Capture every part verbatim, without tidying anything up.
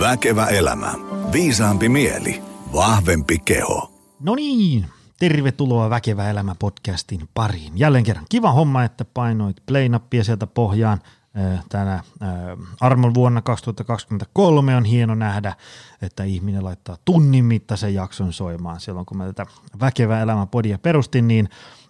Väkevä elämä. Viisaampi mieli. Vahvempi keho. No niin, tervetuloa Väkevä elämä podcastin pariin. Jälleen kerran kiva homma, että painoit play-nappia sieltä pohjaan. Tänä armon vuonna kaksituhattakaksikymmentäkolme on hieno nähdä, että ihminen laittaa tunnin mittaisen jakson soimaan. Silloin kun mä tätä Väkevä elämä podia perustin, niin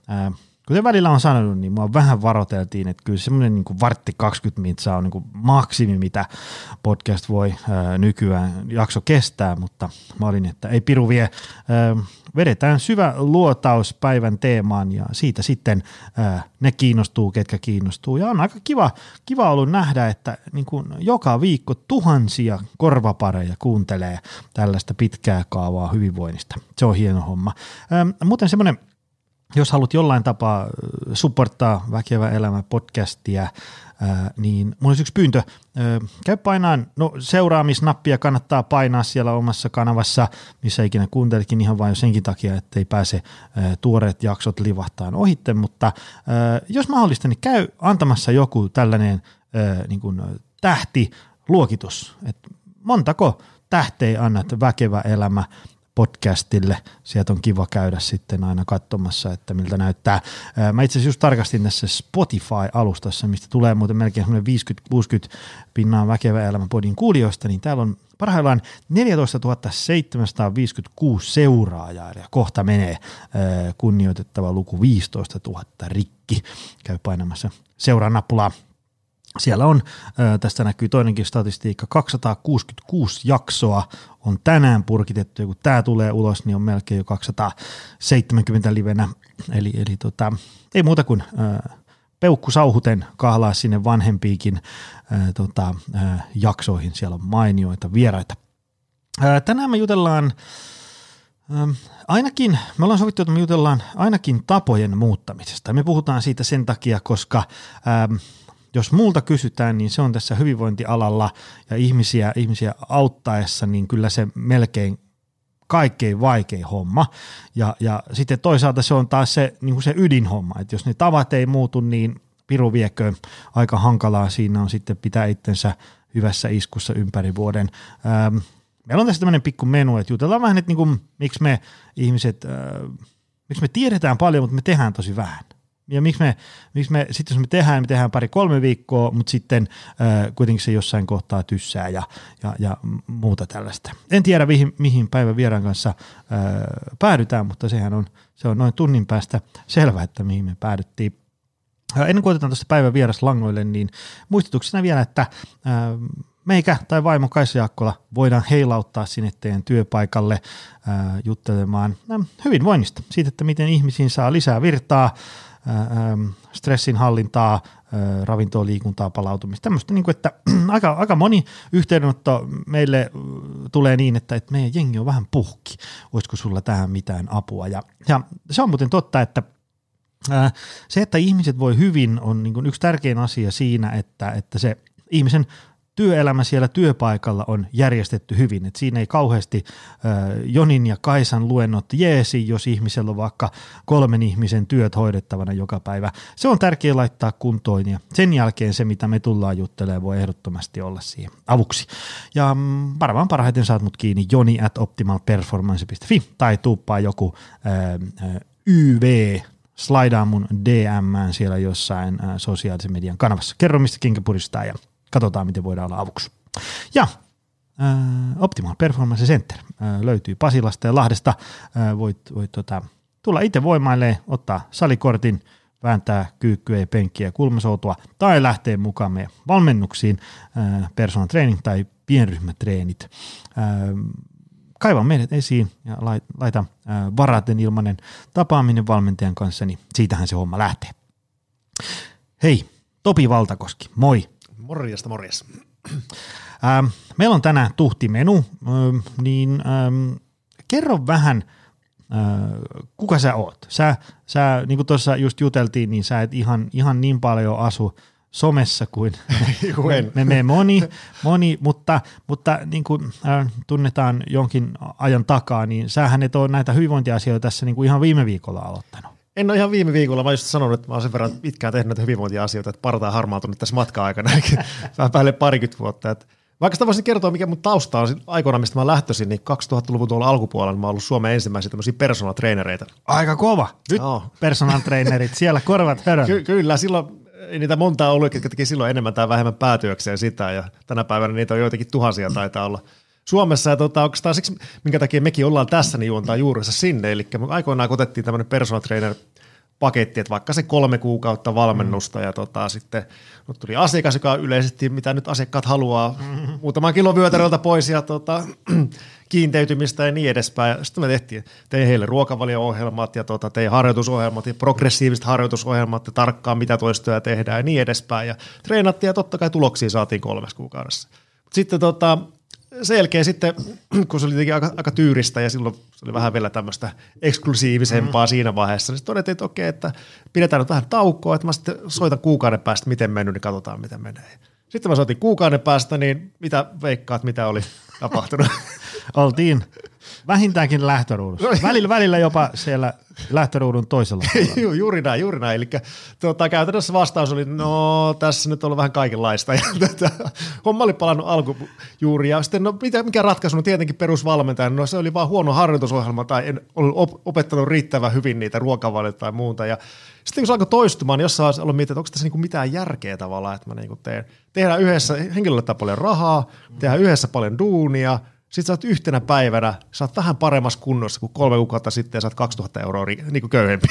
kuten välillä on sanonut, niin mua vähän varoteltiin, että kyllä semmoinen niin kuin vartti kaksikymmentä mitsaa on niin kuin maksimi, mitä podcast voi ää, nykyään jakso kestää, mutta mä olin, että ei piru vie. Ää, vedetään syvä luotaus päivän teemaan ja siitä sitten ää, ne kiinnostuu, ketkä kiinnostuu. Ja on aika kiva, kiva ollut nähdä, että niin kuin joka viikko tuhansia korvapareja kuuntelee tällaista pitkää kaavaa hyvinvoinnista. Se on hieno homma. Ää, muuten semmoinen, jos haluat jollain tapaa supporttaa Väkevä elämä podcastia, ää, niin mulla olisi yksi pyyntö. Ää, käy painaan, no seuraamisnappia kannattaa painaa siellä omassa kanavassa, missä ikinä kuunteletkin ihan vain jo senkin takia, että ei pääse ää, tuoreet jaksot livahtaan ohitte, mutta ää, jos mahdollista, niin käy antamassa joku tällainen ää, niin kuin tähtiluokitus, että montako tähteä annat Väkevä elämä podcastille. Sieltä on kiva käydä sitten aina katsomassa, että miltä näyttää. Mä itse asiassa just tarkastin tässä Spotify-alustassa, mistä tulee muuten melkein semmoinen viisikymmentä kuusikymmentä pinnaa Väkevä elämä podin kuulijoista, niin täällä on parhaillaan neljätoistatuhatta seitsemänsataaviisikymmentäkuusi seuraajaa, ja kohta menee kunnioitettava luku viisitoistatuhatta rikki. Käy painamassa seuraa-nappulaa. Siellä on, tästä näkyy toinenkin statistiikka, kaksisataakuusikymmentäkuusi jaksoa on tänään purkitettu, ja kun tämä tulee ulos, niin on melkein jo kaksisataaseitsemänkymmentä livenä, eli, eli tota, ei muuta kuin ää, peukku sauhuten kahlaa sinne vanhempiikin ää, tota, ää, jaksoihin, siellä on mainioita vieraita. Ää, tänään me jutellaan, ää, ainakin, me ollaan sovittu, että me jutellaan ainakin tapojen muuttamisesta, me puhutaan siitä sen takia, koska ää, jos multa kysytään, niin se on tässä hyvinvointialalla ja ihmisiä, ihmisiä auttaessa, niin kyllä se melkein kaikkein vaikein homma. Ja, ja sitten toisaalta se on taas se, niin kuin se ydinhomma, että jos ne tavat ei muutu, niin piru viekö aika hankalaa siinä on sitten pitää itsensä hyvässä iskussa ympäri vuoden. Ähm, meillä on tässä tämmöinen pikku menu, että jutellaan vähän, että niin kuin, miksi me ihmiset, äh, miksi me tiedetään paljon, mutta me tehdään tosi vähän. Ja miksi me, miksi me sitten jos me tehdään, me tehdään pari kolme viikkoa, mutta sitten äh, kuitenkin se jossain kohtaa tyssää ja, ja, ja muuta tällaista. En tiedä, mihin, mihin päivän vieraan kanssa äh, päädytään, mutta sehän on, se on noin tunnin päästä selvä, että mihin me päädyttiin. Äh, ennen kuin otetaan tuosta päivän vieras langoille, niin muistutuksena vielä, että äh, meikä tai vaimo Kaisa Jaakkola voidaan heilauttaa sinne teidän työpaikalle äh, juttelemaan äh, hyvinvoinnista, siitä, että miten ihmisiin saa lisää virtaa, stressin hallintaa, ravintoa, liikuntaa, palautumista, tämmöistä, niin kuin, että aika, aika moni yhteydenotto meille tulee niin, että, että meidän jengi on vähän puhki, olisiko sulla tähän mitään apua, ja, ja se on muuten totta, että ää, se, että ihmiset voi hyvin, on niin kuin yksi tärkein asia siinä, että, että se ihmisen työelämä siellä työpaikalla on järjestetty hyvin, että siinä ei kauheasti äh, Jonin ja Kaisan luennot jeesi, jos ihmisellä on vaikka kolmen ihmisen työt hoidettavana joka päivä. Se on tärkeää laittaa kuntoon ja sen jälkeen se, mitä me tullaan juttelemaan, voi ehdottomasti olla siihen avuksi. Ja mm, varmaan parhaiten saat mut kiinni joni at optimalperformance piste fi tai tuuppaa joku äh, äh, Y V, slaidaa mun D M:ään siellä jossain äh, sosiaalisen median kanavassa. Kerro, mistä kenkä puristaa ja katsotaan, miten voidaan olla avuksi. Ja äh, Optimal Performance Center äh, löytyy Pasilasta ja Lahdesta. Äh, voit voit tota, tulla itse voimailemaan, ottaa salikortin, vääntää kyykkyä ja penkkiä ja kulmasoutua tai lähteä mukaan meidän valmennuksiin, äh, personal training tai pienryhmätreenit. Äh, kaiva meidät esiin ja laita äh, varaten ilmainen tapaaminen valmentajan kanssa, niin siitähän se homma lähtee. Hei, Topi Valtakoski, moi! Morjesta, morjes. Ähm, meillä on tänään tuhtimenu, ähm, niin ähm, kerro vähän, äh, kuka sä oot? Sä, sä niin kuin tuossa just juteltiin, niin sä et ihan, ihan niin paljon asu somessa kuin me, me moni, moni, mutta, mutta niin kuin äh, tunnetaan jonkin ajan takaa, niin sähän et ole näitä hyvinvointiasioita tässä niin kuin ihan viime viikolla aloittanut. En ole ihan viime viikolla, mä just sanonut, että mä oon sen verran pitkään tehnyt näitä hyvinvointiasioita, että partaa harmaantunut tässä matka-aikana, vähän päälle parikymmentä vuotta. Että Vaikka sitä voisin kertoa, mikä mun tausta on aikoinaan, mistä mä lähtöisin, niin kaksituhattaluvun tuolla alkupuolella mä oon ollut Suomen ensimmäisiä tämmöisiä personal trainereita. Aika kova. Nyt oh. personal trainerit, siellä korvat hörön. Ky- kyllä, silloin ei niitä montaa ollut, jotka teki silloin enemmän tai vähemmän päätyökseen sitä, ja tänä päivänä niitä on joitakin tuhansia taitaa olla Suomessa. Ja tota, oikeastaan siksi, minkä takia mekin ollaan tässä, niin juontaa juurensa sinne. Eli aikoinaan kun otettiin tämmöinen personal trainer paketti, että vaikka se kolme kuukautta valmennusta mm. ja tota, sitten no, tuli asiakas, joka yleisesti, mitä nyt asiakkaat haluaa, mm-hmm. muutaman kilon vyötäröltä pois ja tota, kiinteytymistä ja niin edespäin. Ja sitten me tehtiin, tein heille ruokavalio-ohjelmat ja tota, tein harjoitusohjelmat ja progressiiviset harjoitusohjelmat ja tarkkaan mitä toistoja tehdään ja niin edespäin. Ja treenattiin ja totta kai tuloksia saatiin kolmes kuukaudessa. Sitten tota, sen jälkeen sitten, kun se oli tietenkin aika, aika tyyristä ja silloin se oli vähän vielä tämmöistä eksklusiivisempaa mm. siinä vaiheessa, niin sitten todettiin, että okei, että pidetään nyt vähän taukoa, että mä sitten soitan kuukauden päästä, miten mennyt, niin katsotaan, miten menee. Sitten mä soitin kuukauden päästä, niin mitä veikkaat, mitä oli tapahtunut? Oltiin vähintäänkin lähtöruudussa. Välillä, välillä jopa siellä lähtöruudun toisella puolella. Juuri näin, juuri näin. Eli tuota, käytännössä vastaus oli, no tässä nyt on ollut vähän kaikenlaista. Ja, tuota, homma oli palannut alkujuuri. Ja sitten no, mikä ratkaisu? No tietenkin perusvalmentaja. No se oli vaan huono harjoitusohjelma tai en ollut opettanut riittävän hyvin niitä ruokavalioita tai muuta. Ja sitten kun se alkoi toistumaan, niin jossain vaiheessa ollut miettiä, että onko tässä niinku mitään järkeä tavallaan, että mä niinku teen. Tehdään yhdessä, henkilölle laittaa paljon rahaa, tehdään yhdessä paljon duunia. Sitten sä oot yhtenä päivänä, sä oot vähän paremmassa kunnossa kuin kolme kuukautta sitten ja saat kaksituhatta euroa niin kuin köyhempi.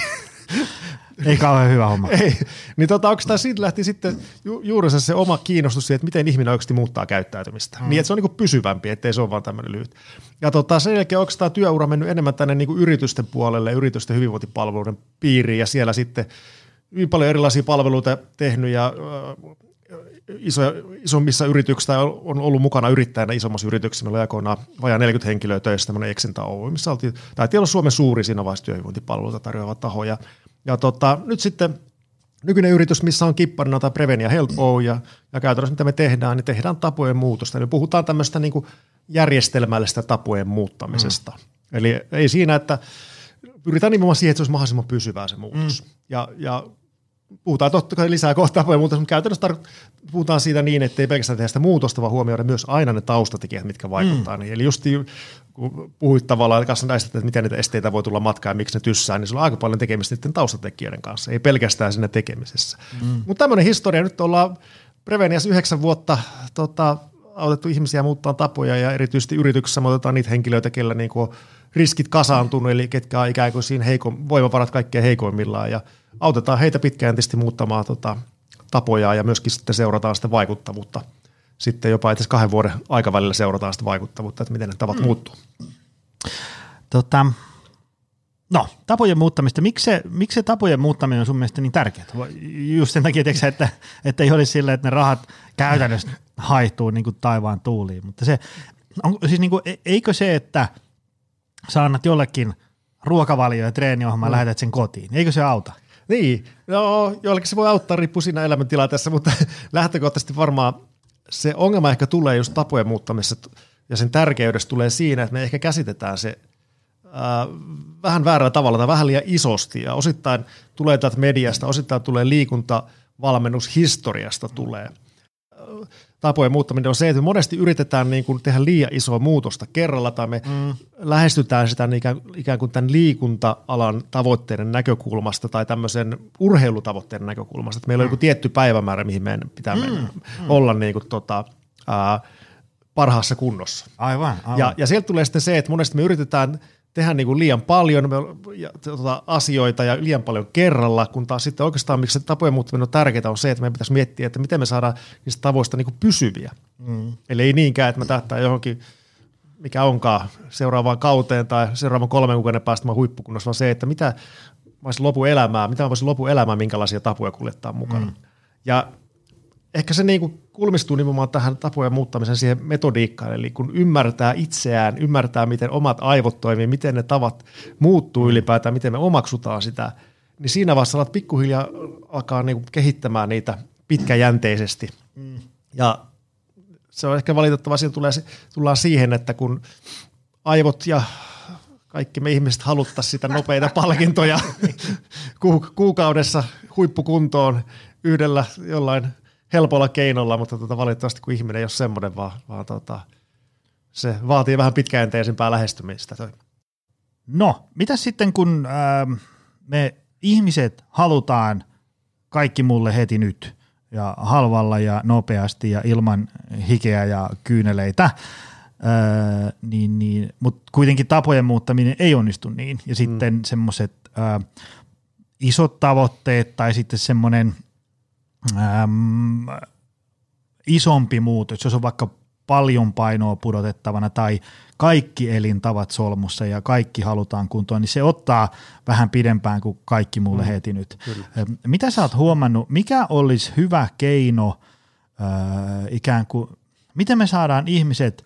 Ei kauhean hyvä homma. Ei. Niin tota, oikeastaan siitä lähti sitten ju- juuri se oma kiinnostus siihen, että miten ihminen oikeasti muuttaa käyttäytymistä. Mm. Niin, että se on niin kuin pysyvämpi, ettei se ole vaan tämmöinen lyhyt. Ja tota, sen jälkeen oikeastaan työura mennyt enemmän tänne niin kuin yritysten puolelle, yritysten hyvinvointipalveluiden piiriin ja siellä sitten hyvin paljon erilaisia palveluita tehnyt ja äh, Iso, isommissa yrityksissä on ollut mukana yrittäjänä isommassa yrityksessä. Meillä oli aikoinaan vajaa neljäkymmentä henkilöä töissä tämmöinen Exenta Oy, missä oltiin, taiti olla Suomen suuri siinä vaiheessa työhyvinvointipalveluita tarjoava taho. Ja, ja tota, nyt sitten nykyinen yritys, missä on kipparina tai Prevenia Health Oy ja, ja käytännössä mitä me tehdään, niin tehdään tapojen muutosta. Eli puhutaan tämmöistä niin kuin järjestelmällistä tapojen muuttamisesta. Mm. Eli ei siinä, että pyritään nimenomaan siihen, että se olisi mahdollisimman pysyvää se muutos. Mm. Ja, ja puhutaan totta kai lisää kohtaa tapojen muutosta, mutta käytännössä tar- puhutaan siitä niin, että ei pelkästään tehdä sitä muutosta, vaan huomioida myös aina ne taustatekijät, mitkä vaikuttaa. Mm. Eli just kun puhuit tavallaan kanssa näistä, että miten niitä esteitä voi tulla matkaan ja miksi ne tyssää, niin sulla on aika paljon tekemistä niiden taustatekijöiden kanssa, ei pelkästään siinä tekemisessä. Mm. Mutta tämmöinen historia, nyt ollaan Preveniassa yhdeksän vuotta tota, autettu ihmisiä muuttaa tapoja ja erityisesti yrityksessä me otetaan niitä henkilöitä, kellä niinku riskit kasaantunut, eli ketkä on ikään kuin siinä heikon, voimavarat kaikkein heikoimmillaan ja autetaan heitä pitkäjänteisesti muuttamaan tota, tapoja ja myöskin sitten seurataan sitä vaikuttavuutta. Sitten jopa itse kahden vuoden aikavälillä seurataan sitä vaikuttavuutta, että miten ne tavat mm. muuttuu. Tota, no, tapojen muuttamista. Miksi se, miksi se tapojen muuttaminen on sun mielestä niin tärkeää? Just sen takia, tiiäksä, että, että ei olisi silleen, että ne rahat käytännössä haihtuu niin kuin taivaan tuuliin. Mutta se, on, siis niin kuin, eikö se, että sä annat jollekin ruokavalio- ja treeniohjelmaa mm. lähetät sen kotiin, eikö se auta? Niin, no joillekin se voi auttaa, riippuu siinä elämäntilanteessa, mutta lähtökohtaisesti varmaan se ongelma ehkä tulee just tapojen muuttamisessa ja sen tärkeydessä tulee siinä, että me ehkä käsitetään se ää, vähän väärällä tavalla tai vähän liian isosti ja osittain tulee täältä mediasta, osittain tulee liikuntavalmennushistoriasta tulee. Tapojen muuttaminen on se, että monesti yritetään niin kuin tehdä liian isoa muutosta kerralla tai me mm. lähestytään sitä ikään, ikään kuin tämän liikunta-alan tavoitteiden näkökulmasta tai tämmöisen urheilutavoitteiden näkökulmasta, että meillä on mm. joku tietty päivämäärä, mihin meidän pitää mm. mennä, mm. olla niin kuin tota, ää, parhaassa kunnossa. Aivan, aivan. Ja, ja sieltä tulee sitten se, että monesti me yritetään tehdä niin kuin liian paljon ja, tota, asioita ja liian paljon kerralla, kun taas sitten oikeastaan miksi se tapojen muuttaminen on tärkeää on se, että meidän pitäisi miettiä, että miten me saadaan niistä tavoista niin kuin pysyviä. Mm. Eli ei niinkään, että me tähtää johonkin, mikä onkaan seuraavaan kauteen tai seuraavan kolmen kuukauden päästä mä huippukunnossa, vaan se, että mitä mä voisin lopun elämää, mitä mä voisin lopun elämää, minkälaisia tapoja kuljettaa mukana. Mm. Ja ehkä se niin kuin kulmistuu nimenomaan tähän tapojen muuttamisen siihen metodiikkaan, eli kun ymmärtää itseään, ymmärtää miten omat aivot toimii, miten ne tavat muuttuu ylipäätään, miten me omaksutaan sitä, niin siinä vaiheessa alat pikkuhiljaa alkaa niin kuin kehittämään niitä pitkäjänteisesti. Mm. Ja se on ehkä valitettavaa, siinä tulee, tullaan siihen, että kun aivot ja kaikki me ihmiset haluttaisiin sitä nopeita palkintoja kuukaudessa huippukuntoon yhdellä jollain helpolla keinolla, mutta tota, valitettavasti kun ihminen ei ole semmoinen, vaan, vaan tota, se vaatii vähän pitkäjänteisempää lähestymistä. Toi. No, mitä sitten kun äh, me ihmiset halutaan kaikki mulle heti nyt ja halvalla ja nopeasti ja ilman hikeä ja kyyneleitä, Öö, niin, niin, mutta kuitenkin tapojen muuttaminen ei onnistu niin. Ja sitten mm. semmoiset äh, isot tavoitteet tai sitten semmoinen ähm, isompi muutos, jos on vaikka paljon painoa pudotettavana tai kaikki elintavat solmussa ja kaikki halutaan kuntoon, niin se ottaa vähän pidempään kuin kaikki mulle mm. heti nyt. Kyllä. Mitä sä oot huomannut, mikä olisi hyvä keino äh, ikään kuin, miten me saadaan ihmiset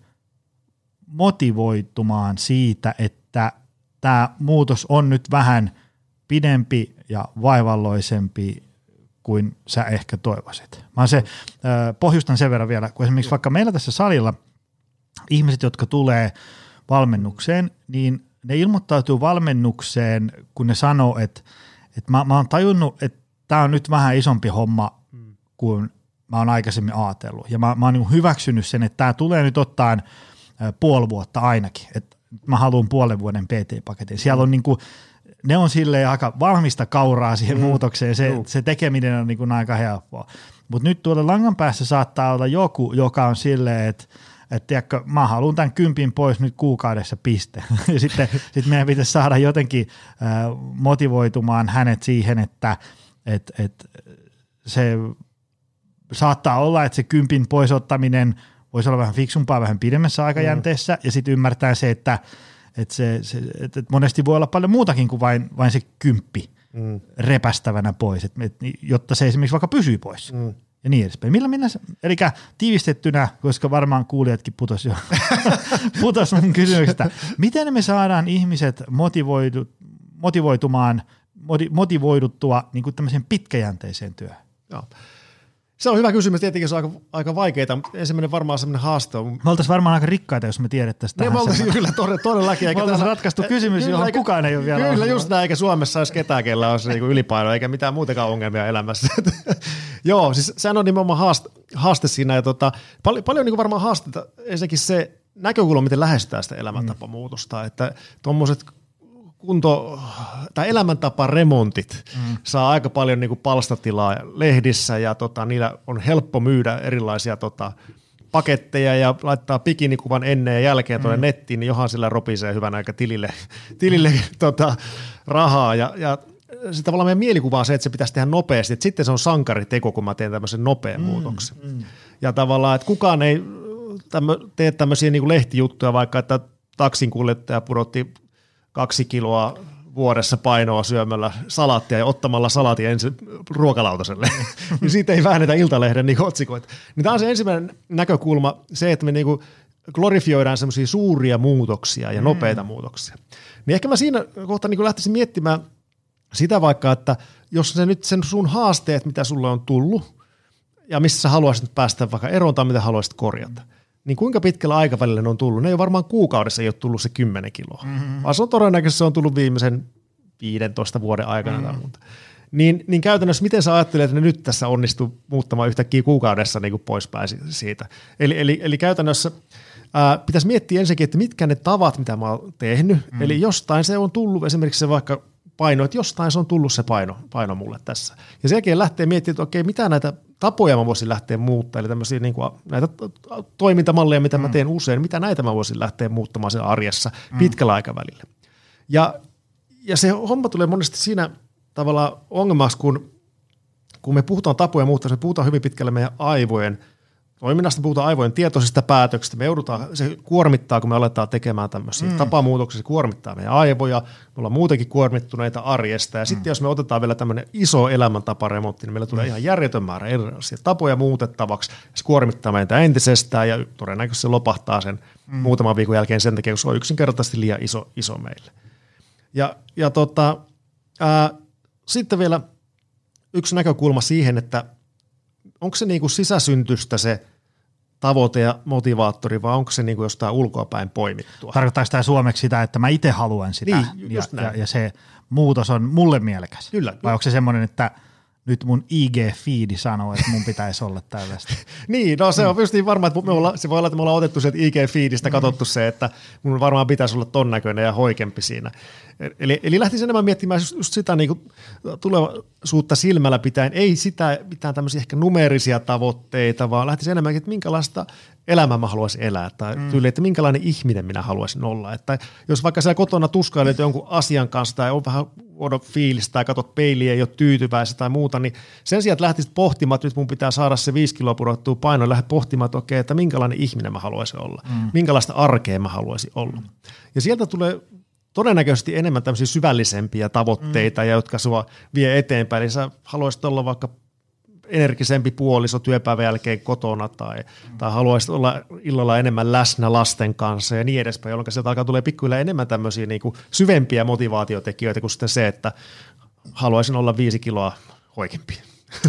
motivoitumaan siitä, että tämä muutos on nyt vähän pidempi ja vaivalloisempi kuin sä ehkä toivoisit. Mä se, äh, pohjustan sen verran vielä, kun esimerkiksi vaikka meillä tässä salilla ihmiset, jotka tulee valmennukseen, niin ne ilmoittautuu valmennukseen, kun ne sanoo, että, että mä, mä oon tajunnut, että tämä on nyt vähän isompi homma kuin mä oon aikaisemmin ajatellut. Ja mä, mä oon niin hyväksynyt sen, että tämä tulee nyt ottaan puoli vuotta ainakin, että mä haluan puolen vuoden P T-paketin. Siellä on niin kuin, ne on silleen aika valmista kauraa siihen mm. muutokseen, se, mm. se tekeminen on niin kuin aika helppoa. Mutta nyt tuolla langan päässä saattaa olla joku, joka on silleen, että et tiedätkö, mä haluan tämän kympin pois nyt kuukaudessa piste. Ja sitten sit meidän pitäisi saada jotenkin äh, motivoitumaan hänet siihen, että et, et, se saattaa olla, että se kympin pois ottaminen voisi olla vähän fiksumpaa vähän pidemmässä aikajänteessä, mm. ja sitten ymmärtää se, että, että, se, se, että monesti voi olla paljon muutakin kuin vain, vain se kymppi mm. repästävänä pois, että, jotta se esimerkiksi vaikka pysyy pois, mm. ja niin edespäin. Millä millä se, eli tiivistettynä, koska varmaan kuulijatkin putos jo, putos mun kysymyksestä, miten me saadaan ihmiset motivoidu, motivoitumaan, motivoiduttua niin kuin tämmöiseen pitkäjänteiseen työhön? Joo. Se on hyvä kysymys, tietenkin se on aika, aika vaikeaa, mutta ensimmäinen varmaan semmoinen haaste on. Me oltaisiin varmaan aika rikkaita, jos me tiedettäisiin tähän. Me oltaisiin kyllä todellakin. Me oltaisiin ratkaistu kysymys, kyllä, johon eikä, kukaan ei ole vielä Kyllä osannut. Just näin, eikä Suomessa olisi ketään, kellä olisi niinku ylipaino, eikä mitään muutenkaan ongelmia elämässä. Joo, siis sehän on nimenomaan haaste, haaste siinä. Ja tota, paljon, paljon niinku varmaan haasteita, ensinnäkin se näkökulma, miten lähestytään sitä elämäntapamuutosta, mm. että tuommoiset kunto- tai elämäntaparemontit mm. saa aika paljon niinku palstatilaa lehdissä ja tota, niillä on helppo myydä erilaisia tota, paketteja ja laittaa bikinikuvan ennen ja jälkeen tuonne mm. nettiin, niin johan sillä ropisee hyvän aika tilille, tilille tota, rahaa ja, ja sitten tavallaan meidän mielikuva on se, että se pitäisi tehdä nopeasti, että sitten se on sankariteko, kun mä teen tämmöisen nopean mm. muutoksen. Mm. Ja tavallaan, että kukaan ei tämmö, tee tämmöisiä niinku lehtijuttuja, vaikka että taksinkuljettaja pudotti kaksi kiloa vuodessa painoa syömällä salaattia ja ottamalla salaatia ensin ruokalautaselle, niin siitä ei väännetä Iltalehden niin otsikoita. Niin tämä on se ensimmäinen näkökulma, se, että me niinku glorifioidaan semmoisia suuria muutoksia ja nopeita mm. muutoksia. Niin ehkä mä siinä kohtaa niin lähtisin miettimään sitä vaikka, että jos se nyt sen sun haasteet, mitä sulle on tullut, ja missä sä haluaisit päästä vaikka eroon tai mitä haluaisit korjata, niin kuinka pitkällä aikavälillä ne on tullut? Ne ei ole varmaan kuukaudessa ei ole tullut se kymmenen kiloa, mm-hmm. vaan se on todennäköisesti se on tullut viimeisen viidentoista vuoden aikana mm-hmm. tai muuta. Niin, niin käytännössä miten sä ajattelet, että ne nyt tässä onnistuu muuttamaan yhtäkkiä kuukaudessa niin kuin poispäin siitä? Eli, eli, eli käytännössä ää, pitäisi miettiä ensinnäkin, että mitkä ne tavat, mitä mä oon tehnyt. Mm-hmm. Eli jostain se on tullut esimerkiksi se vaikka paino, että jostain se on tullut se paino, paino mulle tässä. Ja sen jälkeen lähtee miettimään, että okei, mitä näitä tapoja mä voisin lähteä muuttamaan, eli tämmöisiä niin kuin, näitä toimintamalleja, mitä mm. mä teen usein, mitä näitä mä voisin lähteä muuttamaan sen arjessa mm. pitkällä aikavälillä. Ja, ja se homma tulee monesti siinä tavallaan ongelmaksi, kun, kun me puhutaan tapoja muuttaa, me puhutaan hyvin pitkälle meidän aivojen toiminnasta, puhutaan aivojen tietoisista päätöksistä, me joudutaan, se kuormittaa, kun me aletaan tekemään tämmöisiä mm. tapamuutoksia, se kuormittaa meidän aivoja, me ollaan muutenkin kuormittuneita arjesta, ja mm. sitten jos me otetaan vielä tämmöinen iso elämäntaparemontti, niin meillä tulee mm. ihan järjetön määrä erilaisia tapoja muutettavaksi, se kuormittaa meitä entisestään, ja todennäköisesti se lopahtaa sen mm. muutaman viikon jälkeen sen takia, kun se on yksinkertaisesti liian iso, iso meille. Ja, ja tota, ää, sitten vielä yksi näkökulma siihen, että onko se niinku sisäsyntystä se tavoite ja motivaattori, vai onko se niinku jostain ulkoapäin poimittua? Tarkoittaako tämä suomeksi sitä, että mä itse haluan sitä niin, ja, ja, ja se muutos on mulle mielekäs? Kyllä. Vai onko se semmoinen, että nyt mun I G-feedi sanoo, että mun pitäisi olla tällaista. Niin, no se on just niin varma, että me olla, se voi olla, että me ollaan otettu sieltä I G-feedistä, katsottu se, että mun varmaan pitäisi olla ton näköinen ja hoikempi siinä. Eli, eli lähtisin enemmän miettimään just sitä niin kuin tulevaisuutta silmällä pitäen, ei sitä mitään tämmöisiä ehkä numeerisia tavoitteita, vaan lähtisin enemmänkin, että minkälaista elämää mä haluaisin elää, tai mm. tyyli, että minkälainen ihminen minä haluaisin olla. Että jos vaikka siellä kotona tuskailet jonkun asian kanssa tai on vähän huono fiilis tai katsot peiliä, ei ole tyytyväistä tai muuta, niin sen sijaan, että lähtisit pohtimaan, että nyt mun pitää saada se viisi kiloa pudottua painoa, lähde pohtimaan, että okei, että minkälainen ihminen mä haluaisin olla, mm. minkälaista arkea mä haluaisin olla. Mm. Ja sieltä tulee todennäköisesti enemmän tämmöisiä syvällisempiä tavoitteita, mm. ja jotka sua vie eteenpäin. Eli sä haluaisit olla vaikka energisempi puoliso työpäivän jälkeen kotona tai, mm. tai haluaisit olla illalla enemmän läsnä lasten kanssa ja niin edespäin, jolloin sieltä alkaa tulee pikkuhiljaa enemmän tämmöisiä niin kuin syvempiä motivaatiotekijöitä kuin sitten se, että haluaisin olla viisi kiloa hoikempi.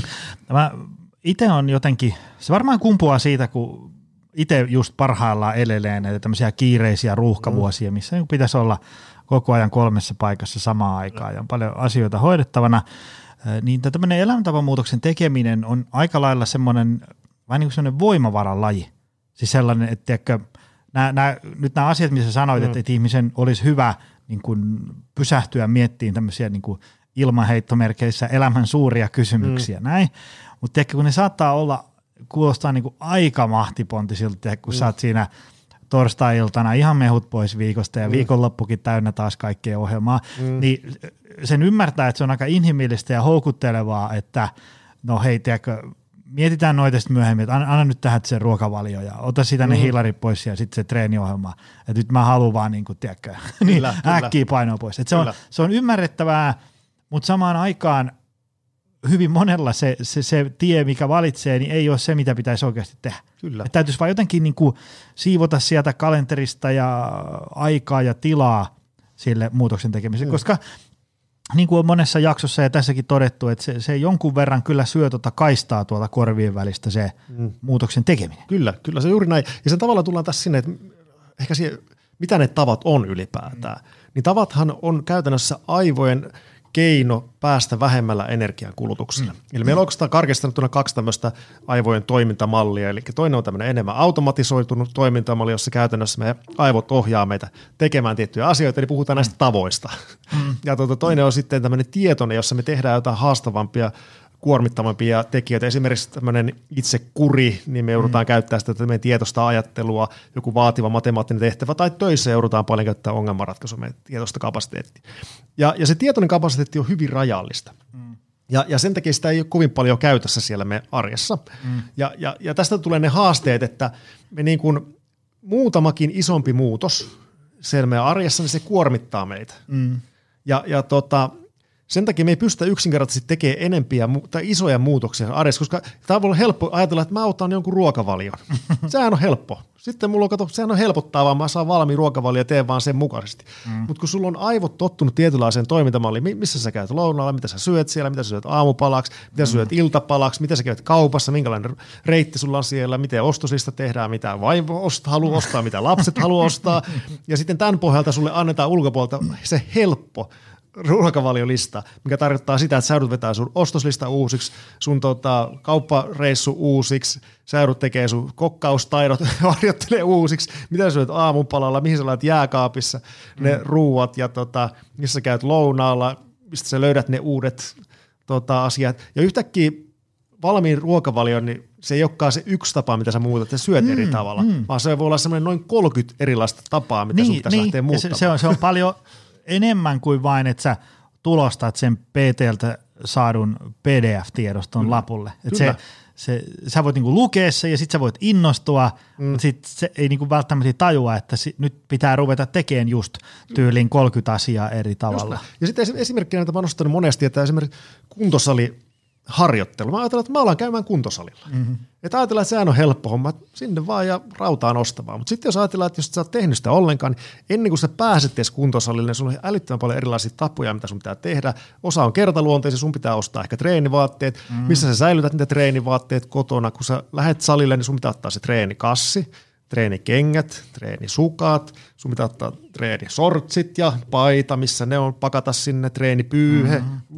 Mä itse on jotenkin, se varmaan kumpuaa siitä, kun itse just parhaillaan elelee näitä tämmöisiä kiireisiä ruuhkavuosia, missä pitäisi olla koko ajan kolmessa paikassa samaan aikaan ja on paljon asioita hoidettavana, niin tämmöinen elämäntapamuutoksen tekeminen on aika lailla semmoinen, vähän niin kuin semmoinen voimavaran laji. Siis sellainen, että tiedätkö, nämä, nämä, nyt nämä asiat, missä sanoit, mm. että, että ihmisen olisi hyvä niin kuin pysähtyä miettimään tämmöisiä niin kuin ilmanheittomerkeissä elämän suuria kysymyksiä, mm. näin. Mutta tiedätkö, kun ne saattaa olla, kuulostaa niin kuin aika mahtipontisilta, kun mm. sä oot siinä torstai-iltana ihan mehut pois viikosta ja mm. viikonloppukin täynnä taas kaikkea ohjelmaa, mm. niin sen ymmärtää, että se on aika inhimillistä ja houkuttelevaa, että no hei, tiedätkö, mietitään noita sitten myöhemmin, että anna, anna nyt tähän se ruokavalio ja ota sitä mm. ne hiilarit pois ja sitten se treeniohjelma, että nyt mä haluan vaan niin kuin, tiedätkö, niin kyllä, äkkiä painoa pois. Että se, on, se on ymmärrettävää, mutta samaan aikaan hyvin monella se, se, se tie, mikä valitsee, niin ei ole se, mitä pitäisi oikeasti tehdä. Kyllä. Että täytyisi vaan jotenkin niin kuin siivota sieltä kalenterista ja aikaa ja tilaa sille muutoksen tekemiseen, mm. koska niin kuin on monessa jaksossa ja tässäkin todettu, että se, se jonkun verran kyllä syö tuota kaistaa tuolta korvien välistä se mm. muutoksen tekeminen. Kyllä, kyllä se juuri näin. Ja sen tavalla tullaan tässä sinne, että ehkä siihen, mitä ne tavat on ylipäätään. Mm. Niin tavathan on käytännössä aivojen keino päästä vähemmällä energiankulutuksella. Mm. Eli meillä on oikeastaan karkestanut kaksi tämmöistä aivojen toimintamallia, eli toinen on tämmöinen enemmän automatisoitunut toimintamalli, jossa käytännössä meidän aivot ohjaa meitä tekemään tiettyjä asioita, eli puhutaan näistä tavoista. Mm. Ja tuota, toinen on sitten tämmöinen tietoinen, jossa me tehdään jotain haastavampia, kuormittavampia tekijöitä. Esimerkiksi tämmöinen itse kuri, niin me joudutaan mm. käyttämään sitä meidän tietoista ajattelua, joku vaativa matemaattinen tehtävä, tai töissä joudutaan paljon käyttää ongelmanratkaisua, meidän tietoista kapasiteettia. Ja, ja se tietoinen kapasiteetti on hyvin rajallista. Mm. Ja, ja sen takia sitä ei ole kovin paljon käytössä siellä meidän arjessa. Mm. Ja, ja, ja tästä tulee ne haasteet, että me niin kuin muutamakin isompi muutos siellä meidän arjessa, niin se kuormittaa meitä. Mm. Ja, ja tota... Sen takia me ei pystytä yksinkertaisesti tekemään enempiä tai isoja muutoksia arjessa, koska tämä voi olla helppo ajatella, että mä otan jonkun ruokavalion. Sehän on helppo. Sitten mulla on, kato, sehän on helpottaa, vaan mä saan valmiin ruokavalio ja teen vaan sen mukaisesti. Mm. Mutta kun sulla on aivot tottunut tietynlaiseen toimintamalliin, missä sä käyt lounaalla, mitä sä syöt siellä, mitä sä syöt aamupalaksi, mitä sä syöt iltapalaksi, mitä sä käyt kaupassa, minkälainen reitti sulla on siellä, miten ostoslista tehdään, mitä vaimo haluaa ostaa, mitä lapset haluaa ostaa. Ja sitten tämän pohjalta sulle annetaan ulkopuolelta se helppo ruokavaliolista, mikä tarkoittaa sitä, että sä joudut vetää sun ostoslista uusiksi, sun tota, kauppareissu uusiksi, sä joudut tekee sun kokkaustaidot, harjoittelee uusiksi, mitä sä syöt aamupalalla, mihin sä laitat jääkaapissa mm. ne ruuat ja tota, missä sä käyt lounaalla, mistä sä löydät ne uudet tota, asiat. Ja yhtäkkiä valmiin ruokavalion, niin se ei olekaan se yksi tapa, mitä sä muutat, että syöt mm, eri tavalla, mm. vaan se voi olla semmoinen noin kolmekymmentä erilaista tapaa, mitä niin, sun pitäisi niin. lähteä muuttamaan. Se, se, on, se on paljon enemmän kuin vain, että sä tulostat sen P T:ltä saadun P D F-tiedoston Kyllä. lapulle. Että se, se, sä voit niinku lukea se ja sit sä voit innostua, mm. mutta sit se ei niinku välttämättä tajua, että si, nyt pitää ruveta tekemään just tyyliin kolmekymmentä asiaa eri tavalla. Ja sitten esimerkkinä näitä mä nostan monesti, että esimerkiksi kuntosali harjoittelu. Mä ajatellaan, että mä alan käymään kuntosalilla. Mm-hmm. Että ajatellaan, että sehän on helppo homma, sinne vaan ja rautaan ostavaa. Mutta sitten jos ajatellaan, että jos sä oot tehnyt sitä ollenkaan, niin ennen kuin sä pääset edes kuntosalille, niin sulla on älyttömän paljon erilaisia tapoja, mitä sun pitää tehdä. Osa on kertaluonteisia, sun pitää ostaa ehkä treenivaatteet, mm-hmm. missä sä säilytät niitä treenivaatteet kotona. Kun sä lähet salille, niin sun pitää ottaa se treenikassi, treenikengät, treenisukat, sun pitää ottaa treenisortsit ja paita, missä ne on, pakata sinne, treenipyyhe, mm-hmm. lukko,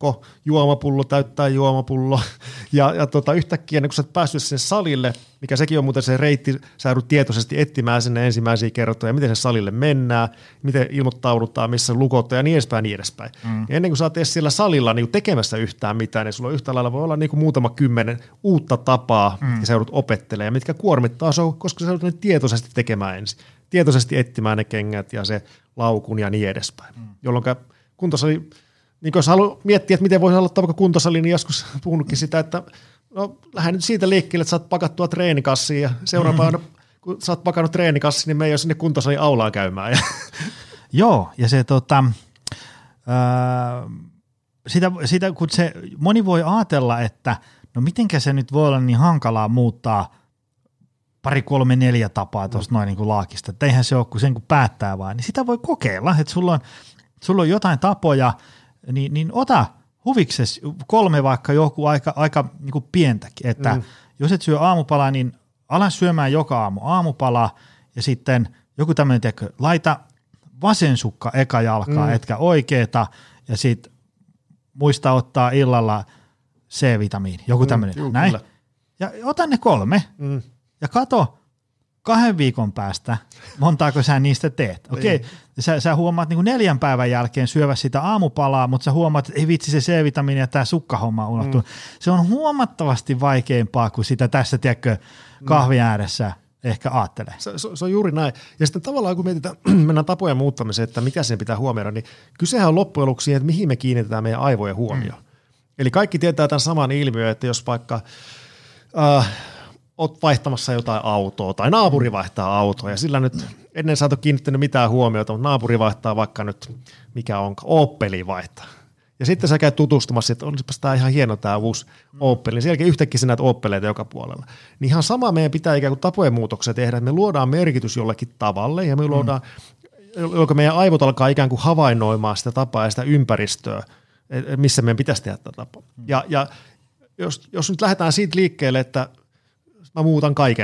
pakko, juomapullo täyttää juomapullo. Ja, ja tota, yhtäkkiä, kun sä et päässyt sinne salille, mikä sekin on muuten se reitti, sä joudut tietoisesti etsimään sinne ensimmäisiä kertoja, miten se salille mennään, miten ilmoittaudutaan, missä lukot ja niin edespäin, niin edespäin. Mm. Ja ennen kuin sä oot edes siellä salilla niin tekemässä yhtään mitään, niin sulla yhtä lailla voi olla niin kuin muutama kymmenen uutta tapaa, mm. mitkä sä joudut opettelemaan, mitkä kuormittaa sua, koska sä joudut tietoisesti tekemään ensin. Tietoisesti etsimään ne kengät ja se laukun ja niin edespäin. Mm. Jolloin kuntosali, niin jos haluaa miettiä, että miten voisi aloittaa vaikka kuntosali, niin joskus puhunutkin sitä, että no lähden nyt siitä liikkeelle, että saat pakattua treenikassiin ja seuraavana, mm-hmm. kun sä oot pakannut treenikassiin, niin me ei ole sinne kuntosalin aulaan käymään. Joo, ja se tota, ää, sitä, sitä, kun se, moni voi ajatella, että no mitenkä se nyt voi olla niin hankalaa muuttaa pari, kolme, neljä tapaa tuosta mm. noin niin kuin laakista, että eihän se ole kuin sen kun päättää vaan, niin sitä voi kokeilla, että sulla on, sulla on jotain tapoja, niin, niin ota huviksesi kolme vaikka joku aika, aika niin kuin pientäkin, että mm. jos et syö aamupalaa, niin ala syömään joka aamu aamupalaa ja sitten joku tämmöinen, tiedätkö, laita vasen sukka eka jalkaa, mm. etkä oikeeta ja sitten muista ottaa illalla C-vitamiini, joku tämmöinen, mm, näin. Kyllä. Ja ota ne kolme mm. ja kato kahden viikon päästä, montaako sä niistä teet. Okei, okay. sä, sä huomaat niin kuin neljän päivän jälkeen syövä sitä aamupalaa, mutta sä huomaat, että ei vitsi se C-vitamiini ja tämä sukkahomma on unohtunut. Mm. Se on huomattavasti vaikeampaa kuin sitä tässä, tiedätkö, kahvin ääressä ehkä aattelee. Se, se, se on juuri näin. Ja sitten tavallaan kun mietitään, mennään tapojen muuttamiseen, että mitä sen pitää huomioida, niin kysehän on loppujen lopuksi siihen, että mihin me kiinnitetään meidän aivojen huomioon. Mm. Eli kaikki tietää tämän saman ilmiön, että jos vaikka Äh, oot vaihtamassa jotain autoa tai naapuri vaihtaa autoa ja sillä nyt ennen sä et ole kiinnittänyt mitään huomiota, mutta naapuri vaihtaa vaikka nyt, mikä on, Opeliin vaihtaa. Ja sitten sä käyt tutustumassa, että olisipas tämä ihan hieno tämä uusi Opel, niin sen jälkeen yhtäkkiä sä näet Opeleita joka puolella. Niin ihan sama meidän pitää ikään kuin tapojen muutoksia tehdä, että me luodaan merkitys jollekin tavalle ja me luodaan, jolloin meidän aivot alkaa ikään kuin havainnoimaan sitä tapaa ja sitä ympäristöä, missä meidän pitäisi tehdä tätä tapaa. Ja, ja jos, jos nyt lähdetään siitä liikkeelle, että mä muutan kaiken,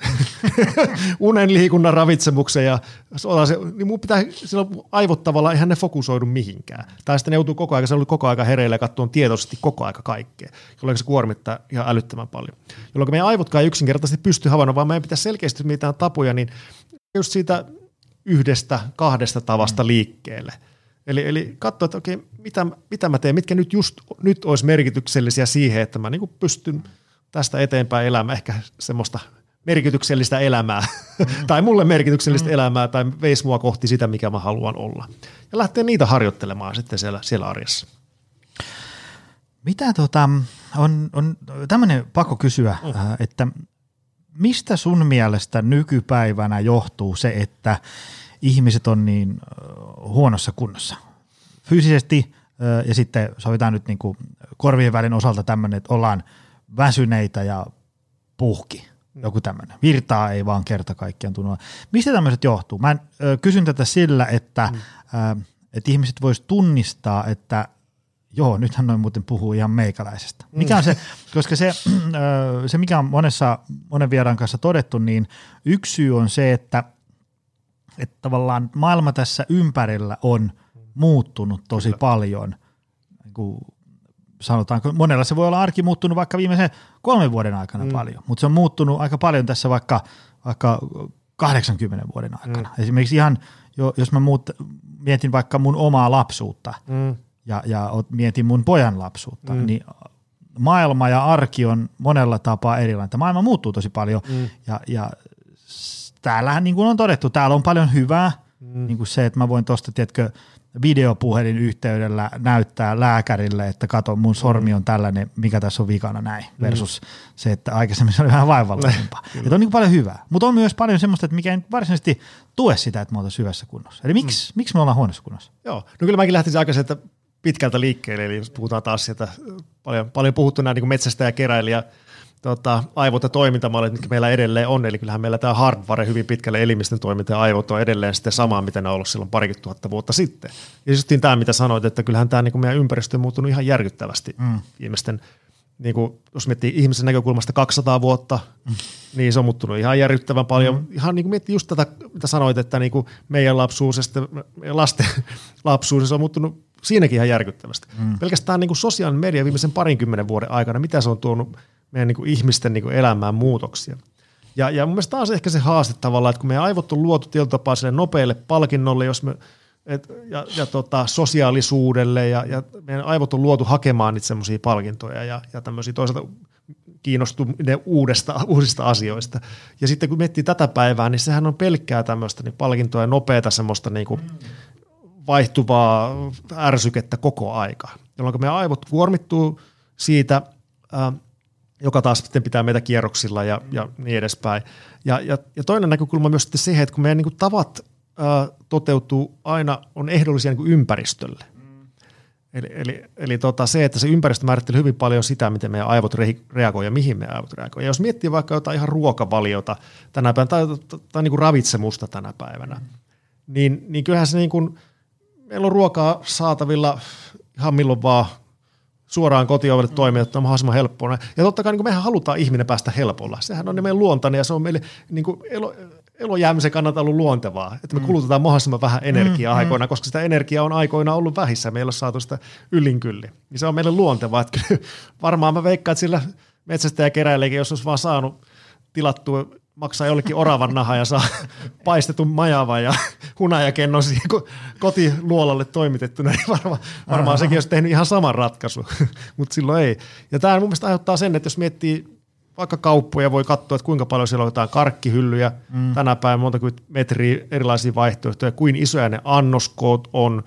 unen, liikunnan, ravitsemuksen ja se, niin mun pitää, silloin aivot tavallaan, eihän ne fokusoidu mihinkään. Tai sitten ne joutuu koko ajan, se on koko ajan hereillä ja katsoo tietoisesti koko ajan kaikkea, jolloin se kuormittaa ihan älyttömän paljon. Jolloin meidän aivotkaan ei yksinkertaisesti pysty havainnoimaan, vaan meidän pitäisi selkeästi mitään tapoja, niin just siitä yhdestä, kahdesta tavasta mm. liikkeelle. Eli, eli katsoa, että okei, mitä, mitä mä teen, mitkä nyt just nyt olisi merkityksellisiä siihen, että mä niin kuin pystyn tästä eteenpäin elämään ehkä semmoista merkityksellistä elämää mm. tai mulle merkityksellistä mm. elämää tai veisi mua kohti sitä, mikä mä haluan olla. Ja lähtee niitä harjoittelemaan sitten siellä, siellä arjessa. Mitä tota, on, on tämmöinen pakko kysyä, mm. että mistä sun mielestä nykypäivänä johtuu se, että ihmiset on niin huonossa kunnossa fyysisesti ja sitten sovitaan nyt niin kuin korvien välin osalta tämmöinen, että ollaan väsyneitä ja puhki, joku tämmöinen. Virtaa ei vaan kerta kaikkiaan tunnu. Mistä tämmöiset johtuu? Mä ö, kysyn tätä sillä, että, mm. ö, että ihmiset vois tunnistaa, että joo, nythän noin muuten puhuu ihan meikäläisestä. Mikä on se, koska se, ö, se mikä on monessa, monen vieraan kanssa todettu, niin yksi syy on se, että, että tavallaan maailma tässä ympärillä on muuttunut tosi Kyllä. paljon, niin kuin sanotaanko, monella se voi olla arki muuttunut vaikka viimeisen kolmen vuoden aikana mm. paljon, mutta se on muuttunut aika paljon tässä vaikka, vaikka kahdeksankymmenen vuoden aikana. Mm. Esimerkiksi ihan, jos mä muut, mietin vaikka mun omaa lapsuutta mm. ja, ja mietin mun pojan lapsuutta, mm. niin maailma ja arki on monella tapaa erilainen. Maailma muuttuu tosi paljon mm. ja, ja täällähän niin kuin on todettu, täällä on paljon hyvää, mm. niin kuin se, että mä voin tuosta, tiedätkö, videopuhelin yhteydellä näyttää lääkärille, että kato, mun sormi on tällainen, mikä tässä on vikana näin, versus mm. se, että aikaisemmin se oli vähän vaivallisempaa. Että on niin paljon hyvää, mutta on myös paljon semmoista, että mikä ei varsinaisesti tue sitä, että me oltaisiin hyvässä kunnossa. Eli miksi, mm. miksi me ollaan huonossa kunnossa? Joo, no kyllä mäkin lähtisin aika sieltä pitkältä liikkeelle, eli jos puhutaan taas sieltä, paljon, paljon puhuttu nämä niin metsästä ja keräilijä, Tota, aivot ja toimintamallit, mitkä meillä edelleen on, eli kyllähän meillä tämä hardware hyvin pitkälle elimistön toiminta ja aivot on edelleen sitten samaa, mitä ne on ollut silloin parikymmentä tuhatta vuotta sitten. Ja sitten tämä, mitä sanoit, että kyllähän tämä niin kuin meidän ympäristö on muuttunut ihan järkyttävästi mm. viimeisten, niin kuin, jos miettii ihmisen näkökulmasta kaksisataa vuotta, mm. niin se on muuttunut ihan järkyttävän paljon. Mm. Ihan niin kuin miettii just tätä, mitä sanoit, että niin kuin meidän lapsuus ja sitten meidän lasten lapsuus, se on muuttunut siinäkin ihan järkyttävästi. Mm. Pelkästään niin kuin sosiaalinen media viimeisen parinkymmenen vuoden aikana, mitä se on tuonut meidän niin kuin ihmisten niin kuin elämään muutoksia. Ja, ja mun mielestä taas ehkä se haaste tavallaan, että kun meidän aivot on luotu tietyllä tapaa sille nopealle palkinnolle, jos me, et, ja, ja tota, sosiaalisuudelle, ja, ja meidän aivot on luotu hakemaan niitä semmoisia palkintoja ja, ja tämmöisiä toisaalta kiinnostuminen uudesta, uusista asioista. Ja sitten kun miettii tätä päivää, niin sehän on pelkkää tämmöistä niin palkintoa ja nopeata semmoista niin kuin vaihtuvaa ärsykettä koko aika, jolloin meidän aivot kuormittuu siitä, ää, joka taas sitten pitää meitä kierroksilla ja, ja niin edespäin. Ja, ja, ja toinen näkökulma myös sitten siihen, että kun meidän niin kuin tavat ää, toteutuu aina, on ehdollisia niin kuin ympäristölle. Mm. Eli, eli, eli tota, se, että se ympäristö määrittelee hyvin paljon sitä, miten meidän aivot re- reagoi ja mihin meidän aivot reagoi. Ja jos miettii vaikka jotain ihan ruokavaliota tänä päivänä tai, tai, tai niin kuin ravitsemusta tänä päivänä, mm. niin, niin kyllähän se niin kuin, meillä on ruokaa saatavilla ihan milloin vaan suoraan kotiovelle mm. toimia, että on mahdollisimman helppoa. Ja totta kai niin mehän halutaan ihminen päästä helpolla. Sehän on meidän luontainen ja se on meille niin kuin elo, elojäämisen kannalta ollut luontevaa, että me mm. kulutetaan mahdollisimman vähän energiaa mm. aikoina, koska sitä energiaa on aikoina ollut vähissä. Meillä on saatu sitä ylinkylli. Niin se on meille luontevaa. Että varmaan mä veikkaan, että sillä metsästäjäkeräilijäkin, jos olisi vaan saanut tilattua, maksaa jollekin oravan nahan ja saa paistetun majavan ja hunajakennon siihen kotiluolalle toimitettuna, niin varmaan, varmaan sekin olisi tehnyt ihan saman ratkaisu, mutta silloin ei. Ja tämä mun mielestä aiheuttaa sen, että jos miettii vaikka kauppoja, voi katsoa, että kuinka paljon siellä on jotain karkkihyllyjä mm. tänä päivänä, monta kuin metriä erilaisia vaihtoehtoja, kuin isoja ne annoskoot on,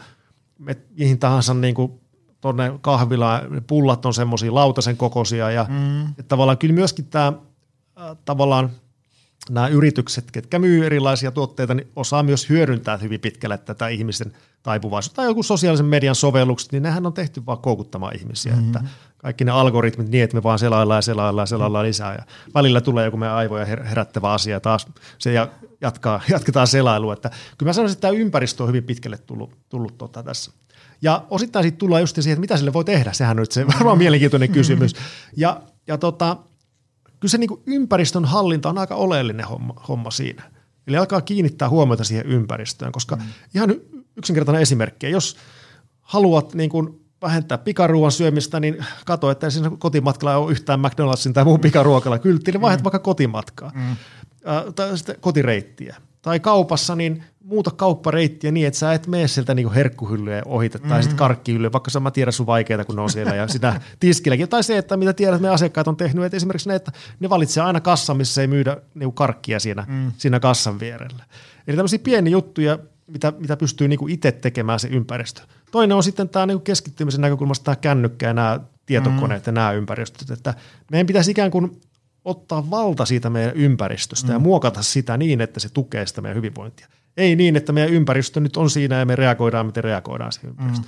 mihin tahansa niin kuin tuonne kahvilaan, ne pullat on semmoisia lautasen kokoisia ja mm. että tavallaan kyllä myöskin tämä äh, tavallaan nämä yritykset, ketkä myy erilaisia tuotteita, niin osaa myös hyödyntää hyvin pitkälle tätä ihmisten taipuvaisuutta. Tai joku sosiaalisen median sovellukset, niin nehän on tehty vaan koukuttamaan ihmisiä. Mm-hmm. Että kaikki ne algoritmit niin, että me vaan selaillaan ja selaillaan ja selaillaan lisää. Ja välillä tulee joku meidän aivoja herättävä asia taas se jatkaa, jatketaan selailua. Että kyllä mä sanoisin, että tämä ympäristö on hyvin pitkälle tullut, tullut tota tässä. Ja osittain siitä tullaan just siihen, että mitä sille voi tehdä. Sehän on nyt se varmaan mielenkiintoinen kysymys. Ja, ja tota... Kyllä se niin kuin ympäristön hallinta on aika oleellinen homma, homma siinä. Eli alkaa kiinnittää huomiota siihen ympäristöön, koska mm. ihan yksinkertainen esimerkki. Jos haluat niin kuin vähentää pikaruuan syömistä, niin katso, että ei siinä kotimatkalla ole yhtään McDonald'sin tai muun pikaruokalla kyltti, niin vaihdat mm. vaikka kotimatkaa mm. äh, tai sitten kotireittiä. Tai kaupassa, niin muuta kauppareittiä niin, että sä et mene sieltä niinku herkkuhyllyä ohita tai mm-hmm. sitten karkkihyllyä, vaikka sä mä tiedän sun vaikeita, kun ne on siellä ja sitä tiskilläkin. Tai se, että mitä tiedät, että meidän asiakkaat on tehnyt, että esimerkiksi ne, että ne valitsee aina kassan, missä ei myydä niinku karkkia siinä, mm. siinä kassan vierellä. Eli tämmöisiä pieniä juttuja, mitä, mitä pystyy niinku itse tekemään se ympäristö. Toinen on sitten tämä niinku keskittymisen näkökulmasta tämä kännykkä ja nämä tietokoneet mm. ja nämä ympäristöt, että meidän pitäisi ikään kuin ottaa valta siitä meidän ympäristöstä mm. ja muokata sitä niin, että se tukee sitä meidän hyvinvointia. Ei niin, että meidän ympäristö nyt on siinä ja me reagoidaan, miten reagoidaan siihen ympäristöön.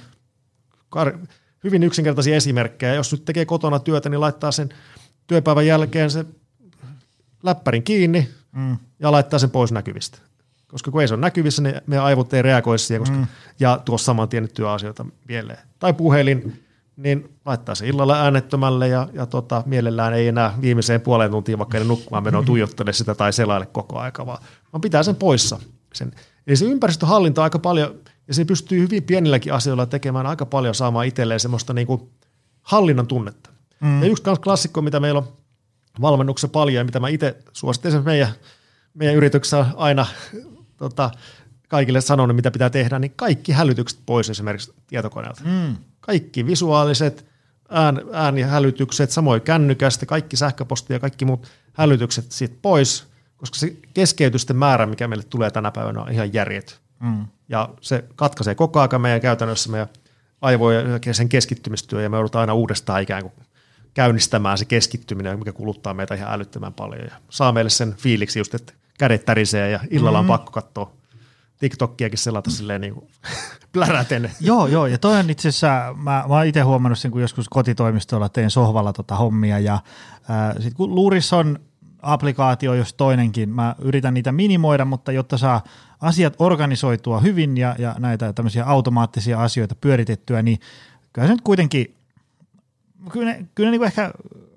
Mm. Hyvin yksinkertaisia esimerkkejä. Jos nyt tekee kotona työtä, niin laittaa sen työpäivän jälkeen se läppärin kiinni mm. ja laittaa sen pois näkyvistä. Koska kun ei se ole näkyvissä, niin meidän aivot ei reagoi siihen, koska, mm. ja tuo saman tien työasioita mieleen. Tai puhelin, niin laittaa se illalla äänettömälle ja, ja tota, mielellään ei enää viimeiseen puoleen tuntiin vaikka ne nukkumaan menoa tuijottele sitä tai selaile koko aika, vaan, vaan pitää sen poissa. Sen. Eli se ympäristöhallinta on aika paljon, ja se pystyy hyvin pienilläkin asioilla tekemään aika paljon saamaan itselleen semmoista niinku hallinnan tunnetta. Mm. Ja yksi klassikko, mitä meillä on valmennuksessa paljon, ja mitä mä itse suosittelen meidän, meidän yrityksessä aina tota, kaikille sanonut, mitä pitää tehdä, niin kaikki hälytykset pois esimerkiksi tietokoneelta. Mm. Kaikki visuaaliset ään, äänihälytykset, samoin kännykästä, kaikki sähköposti ja kaikki muut hälytykset siitä pois, koska se keskeytysten määrä, mikä meille tulee tänä päivänä, on ihan järjetön. Mm. Ja se katkaisee koko ajan meidän käytännössä meidän aivoja ja sen keskittymistyö, ja me joudutaan aina uudestaan ikään kuin käynnistämään se keskittyminen, mikä kuluttaa meitä ihan älyttömän paljon. Ja saa meille sen fiiliksi just, että kädet tärisee ja illalla on mm. pakko katsoa TikTokkiakin selata silleen niin kuin pläräten. Joo, joo, ja toi on itse asiassa, mä, mä oon itse huomannut sen, kun joskus kotitoimistolla teen sohvalla tota hommia, ja äh, sit kun luurissa on applikaatio, jos toinenkin, mä yritän niitä minimoida, mutta jotta saa asiat organisoitua hyvin ja, ja näitä tämmöisiä automaattisia asioita pyöritettyä, niin kyllä se nyt kuitenkin, kyllä ne, kyllä ne niin kuin ehkä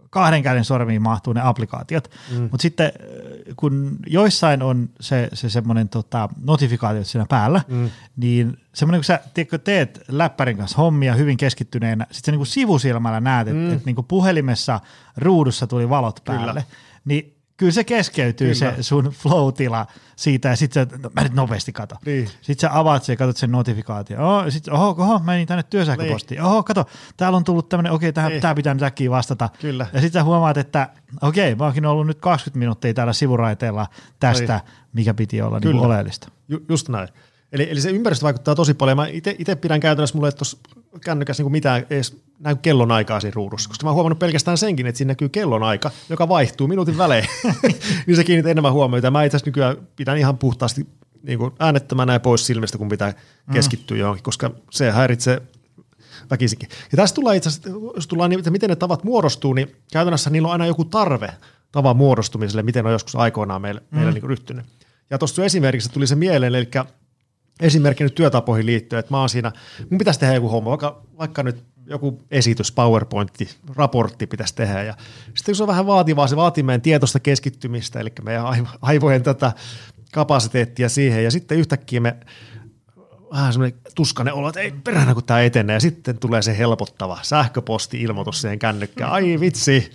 kahden käden sormiin mahtuu ne applikaatiot, mm. mutta sitten kun joissain on se, se semmoinen tota, notifikaatio siinä päällä, mm. niin semmoinen kun sä tiedätkö, teet läppärin kanssa hommia hyvin keskittyneenä, sitten sä niinku sivusilmällä näet, että mm. et niinku puhelimessa ruudussa tuli valot päälle, kyllä. niin kyllä se keskeytyy kyllä. se sun flow-tila siitä ja sitten sä, no, mä nyt nopeasti kato. Niin. Sitten sä avaat sen ja katsot sen notifikaation. Oho, sitten oho, oho, menin tänne työsähköpostiin. Niin. Oho, kato, täällä on tullut tämmöinen, okei, tähän niin. tää pitää nyt äkkiä vastata. Kyllä. Ja sitten sä huomaat, että okei, mä oonkin ollut nyt kaksikymmentä minuuttia täällä sivuraiteella tästä, niin. mikä piti olla niin oleellista. Ju- just näin. Eli, eli se ympäristö vaikuttaa tosi paljon. Mä itse pidän käytännössä, mulle ei tuossa kännykässä niin mitään edes näy kellonaikaa siinä ruudussa, koska mä oon huomannut pelkästään senkin, että siinä näkyy kellonaika, joka vaihtuu minuutin välein, niin se kiinnittää enemmän huomiota. Mä itse asiassa nykyään pidän ihan puhtaasti niin kuin äänettömänä ja pois silmistä, kun pitää keskittyä mm. johonkin, koska se häiritsee väkisinkin. Ja tässä tulee itse asiassa, jos tullaan niin, että miten ne tavat muodostuu, niin käytännössä niillä on aina joku tarve tavan muodostumiselle, miten on joskus aikoinaan meillä, mm. meillä niin kuin ryhtynyt. Ja tuossa esimerkiksi tuli se mieleen, eli esimerkki nyt työtapoihin liittyen, että mä oon siinä, mun pitäisi tehdä joku homma, vaikka, vaikka nyt joku esitys, PowerPointti, raportti pitäisi tehdä. Ja sitten kun se on vähän vaativaa, se vaatii meidän tietoista keskittymistä, eli meidän aivojen tätä kapasiteettia siihen. Ja sitten yhtäkkiä me vähän semmoinen tuskainen olo, että ei perhana kun tämä etenee. Ja sitten tulee se helpottava sähköposti-ilmoitus siihen kännykkään. Ai vitsi.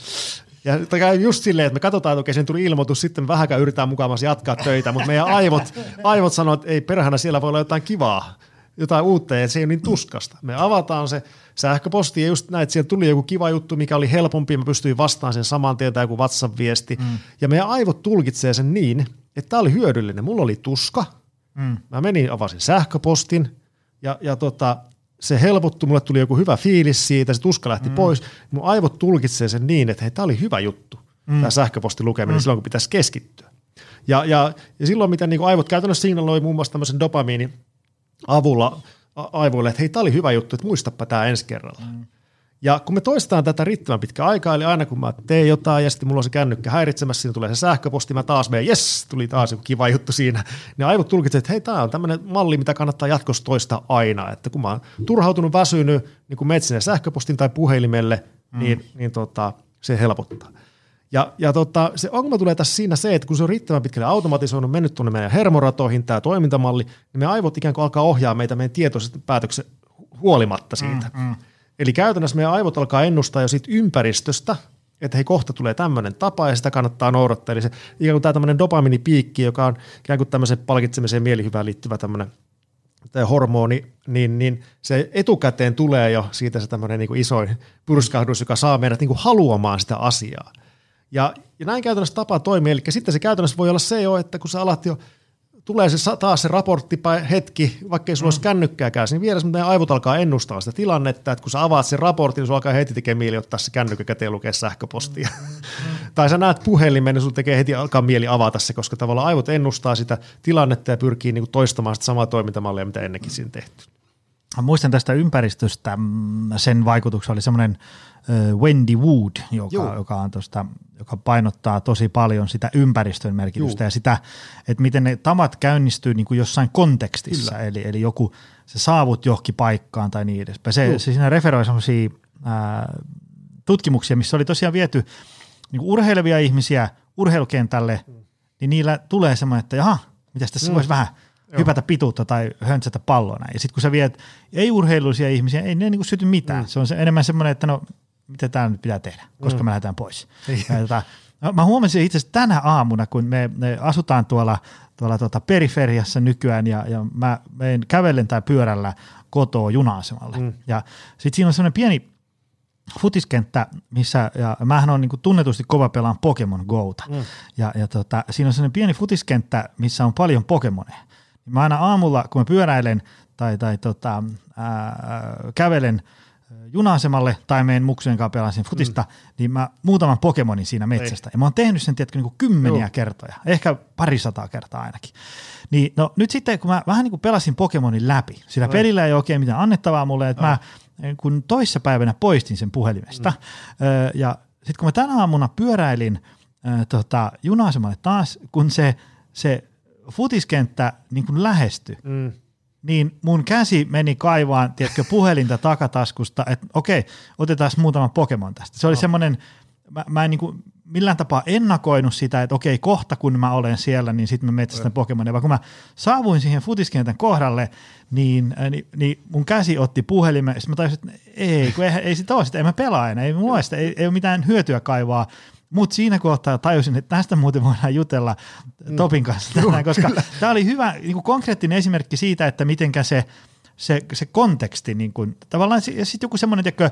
Ja just silleen, että me katsotaan, että okei, sen tuli ilmoitus, sitten vähänkään yritetään mukavasti jatkaa töitä, mutta meidän aivot, aivot sanoo, että ei perhana, siellä voi olla jotain kivaa, jotain uutta, ja se ei ole niin tuskasta. Me avataan se sähköposti, ja just näin, että siellä tuli joku kiva juttu, mikä oli helpompi, mä pystyin vastaamaan sen saman tien, tai joku WhatsApp-viesti, mm. ja meidän aivot tulkitsee sen niin, että tämä oli hyödyllinen. Mulla oli tuska, mm. mä menin, avasin sähköpostin, ja, ja tota, se helpottui, mulle tuli joku hyvä fiilis siitä, se tuska lähti mm. pois. Mun aivot tulkitsee sen niin, että hei, tämä oli hyvä juttu, mm. tämä sähköpostin lukeminen, mm. silloin kun pitäisi keskittyä. Ja, ja, ja silloin, mitä niin aivot käytännössä signaloi muun muassa tämmöisen dopamiinin avulla a- aivoille, että hei, tämä oli hyvä juttu, että muistapa tämä ensi kerralla. Mm. Ja kun me toistetaan tätä riittävän pitkä aikaa, eli aina kun mä teen jotain ja sitten mulla on se kännykkä häiritsemässä, siinä tulee se sähköposti, mä taas menen, jes, tuli taas joku kiva juttu siinä. Ne aivot tulkitsevat, että hei, tämä on tämmöinen malli, mitä kannattaa jatkossa toistaa aina. Että kun mä oon turhautunut, väsynyt, niin kun menet sinne sähköpostin tai puhelimelle, mm. niin, niin tota, se helpottaa. Ja, ja tota, se ongelma tulee tässä siinä se, että kun se on riittävän pitkälle automatisoinut, mennyt tuonne meidän hermoratoihin, tämä toimintamalli, niin meidän aivot ikään kuin alkaa ohjaa meitä meidän tietoisesta päätöksen huolimatta siitä. Mm, mm. Eli käytännössä meidän aivot alkaa ennustaa jo siitä ympäristöstä, että hei, kohta tulee tämmöinen tapa ja sitä kannattaa noudattaa. Eli se ikään kuin tämä tämmöinen dopaminipiikki, joka on ikään kuin tämmöiseen palkitsemiseen ja mielihyvään liittyvä tämmöinen hormoni, niin, niin se etukäteen tulee jo siitä se tämmöinen niin kuin isoin purskahdus, joka saa meidät niin kuin haluamaan sitä asiaa. Ja, ja näin käytännössä tapa toimii, eli sitten se käytännössä voi olla se jo, että kun sä alat jo, tulee se, taas se raportti hetki, vaikka ei sulla olisi kännykkääkään, niin vieressä meidän aivot alkaa ennustaa sitä tilannetta, että kun sä avaat sen raportin, niin sulla alkaa heti tekee mieli ottaa se kännykkä käteen lukea sähköpostia. Tai sä näet puhelimen, niin sulla tekee heti alkaa mieli avata se, koska tavallaan aivot ennustaa sitä tilannetta ja pyrkii niinku toistamaan sitä samaa toimintamallia, mitä ennenkin siinä tehty. Muistan tästä ympäristöstä, sen vaikutuksella oli semmoinen Wendy Wood, joka, joka, on tosta, joka painottaa tosi paljon sitä ympäristön merkitystä Juu. ja sitä, että miten ne tavat käynnistyy niin kuin jossain kontekstissa, eli, eli joku, se saavut johonkin paikkaan tai niin edespäin. Se, se siinä referoi semmoisia tutkimuksia, missä oli tosiaan viety niin kuin urheilevia ihmisiä urheilukentälle, mm. niin niillä tulee semmoinen, että jaha, mitäs tässä mm. voisi vähän Joo. hypätä pituutta tai höntsätä palloa näin. Ja sitten kun sä viet ei-urheilullisia ihmisiä, ei ne niinku syty mitään. Mm. Se on se enemmän semmoinen, että no, mitä täällä nyt pitää tehdä, koska mm. me lähdetään pois. Ja, tota, mä huomasin itse asiassa tänä aamuna, kun me, me asutaan tuolla, tuolla tuota periferiassa nykyään, ja, ja mä menen kävellen tai pyörällä kotoa juna-asemalle. Mm. Ja sitten siinä on semmoinen pieni futiskenttä, missä, ja mähän on niinku tunnetusti kova pelaan Pokemon Gota. Mm. Ja, ja tota, siinä on semmoinen pieni futiskenttä, missä on paljon Pokemoneja. Mä aina aamulla, kun mä pyöräilen tai, tai tota, ää, kävelen juna-asemalle tai menen muksujen kanssa pelaan sen futista, mm. niin mä muutaman Pokemonin siinä metsästä. Ei. Ja mä oon tehnyt sen, tiedätkö, niin kuin kymmeniä Joo. kertoja, ehkä parisataa kertaa ainakin. Niin, no nyt sitten, kun mä vähän niin kuin pelasin Pokemonin läpi, sillä Oi. pelillä ei ole oikein mitään annettavaa mulle, että mä kun toissapäivänä poistin sen puhelimesta, mm. ja sitten kun mä tänä aamuna pyöräilin äh, tota, juna-asemalle taas, kun se, se futiskenttä niin kuin lähestyi, mm. niin mun käsi meni kaivaan, tiedätkö, puhelinta takataskusta, että okei, otetaan muutama Pokemon tästä. Se oli no. semmoinen, mä, mä en niin kuin millään tapaa ennakoinut sitä, että okei, kohta kun mä olen siellä, niin sitten mä metsästän Pokemonia, vaan kun mä saavuin siihen futiskentän kohdalle, niin, niin, niin mun käsi otti puhelimen, sitten mä tajusin, että ei, kun ei, ei sitä ole sitä, ei mä pelaa enää, ei mulla sitä, ei, ei ole mitään hyötyä kaivaa, mutta siinä kohtaa tajusin, että tästä muuten voidaan jutella Topin kanssa tänään, koska tämä oli hyvä niin kuin konkreettinen esimerkki siitä, että mitenkä se, se, se konteksti, niin kuin, tavallaan sitten joku semmoinen, että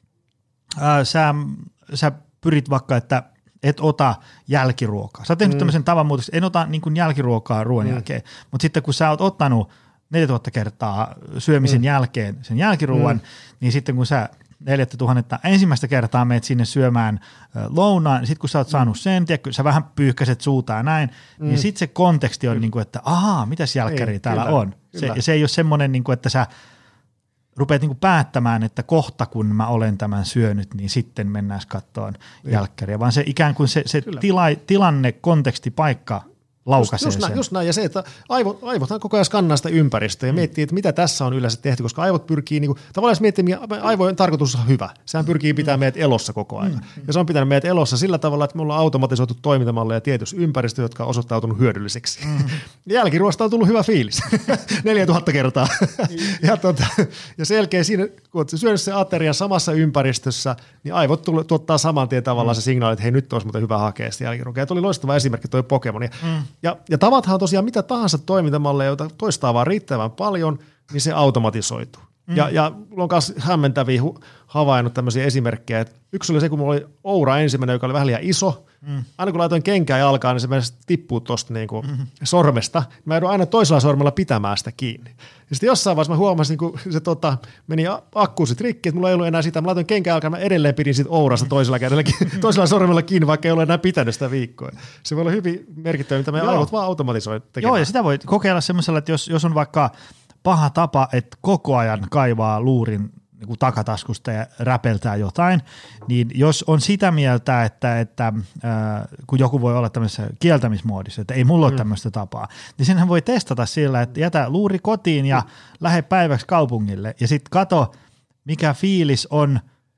sä, sä pyrit vaikka, että et ota jälkiruokaa. Sä oot tehnyt mm. tämmöisen tavanmuutoksen, en ota niin kuin jälkiruokaa ruoan mm. jälkeen, mutta sitten kun sä oot ottanut neljätuhatta kertaa syömisen mm. jälkeen sen jälkiruoan, mm. niin sitten kun sä neljättä tuhannetta ensimmäistä kertaa meet sinne syömään lounaan, niin sitten kun sä oot saanut sen, tiedätkö, sä vähän pyyhkäset suuta ja näin, mm. niin sitten se konteksti on, mm. niin kuin, että ahaa, mitäs jälkkäriä täällä kyllä, on. Se, ja se ei ole semmoinen, niin kuin, että sä rupeat niin kuin päättämään, että kohta kun mä olen tämän syönyt, niin sitten mennään katsomaan jälkkäriä, vaan se ikään kuin se, se tila, tilanne, konteksti, paikka laukaisee just, just, näin, just näin, ja se, että aivot, aivothan koko ajan skannaa sitä ympäristöä ja mm. miettii, että mitä tässä on yleensä tehty, koska aivot pyrkii, niin kuin, tavallaan jos miettii, aivojen tarkoitus on hyvä, sehän pyrkii pitämään meidät elossa koko ajan, mm. ja se on pitänyt meidät elossa sillä tavalla, että me ollaan automatisoitu toimintamalleja tietyssä ympäristössä, jotka on osoittautunut hyödylliseksi. Mm. Jälkiruosta on tullut hyvä fiilis, neljätuhatta kertaa, ja, tota, ja sen jälkeen siinä, kun olet syönyt sen aterian samassa ympäristössä, niin aivot tull, tuottaa saman tien tavallaan mm. se signaali, että hei, nyt olisi muuten hyvä hakea sitä jälkiruokaa, ja tuli loistava esimerkki toi Pokemon. Mm. Ja, ja tavathan tosiaan mitä tahansa toimintamalleja, joita toistaa vaan riittävän paljon, niin se automatisoituu. Mm. Ja, ja mulla on myös hämmentäviä hu- havainnut tämmöisiä esimerkkejä, että yksi oli se, kun mulla oli Oura ensimmäinen, joka oli vähän liian iso. Mm. Aina kun laitoin kenkää jalkaan, niin se meni tippuu tuosta niinku mm-hmm. sormesta. Mä joudun aina toisella sormella pitämään sitä kiinni. Ja sitten jossain vaiheessa mä huomasin, kun se tota, meni akkuun sit rikki, että mulla ei ollut enää sitä. Mä laitoin kenkää jalkaan, mä edelleen pidin sit Ourasta toisella kädellä, toisella sormella kiinni, vaikka ei ole enää pitänyt sitä viikkoa. Se voi olla hyvin merkittävä, mitä meidän aivot vaan automatisoi tekemään. Joo, ja sitä voi kokeilla semmoisella, että jos, jos on vaikka paha tapa, että koko ajan kaivaa luurin niin kuin takataskusta ja räpeltää jotain, niin jos on sitä mieltä, että, että äh, kun joku voi olla tämmöisessä kieltämismuodissa, että ei mulla ole mm. tämmöistä tapaa, niin senhän voi testata sillä, että jätä luuri kotiin ja mm. lähde päiväksi kaupungille ja sitten kato, mikä fiilis on,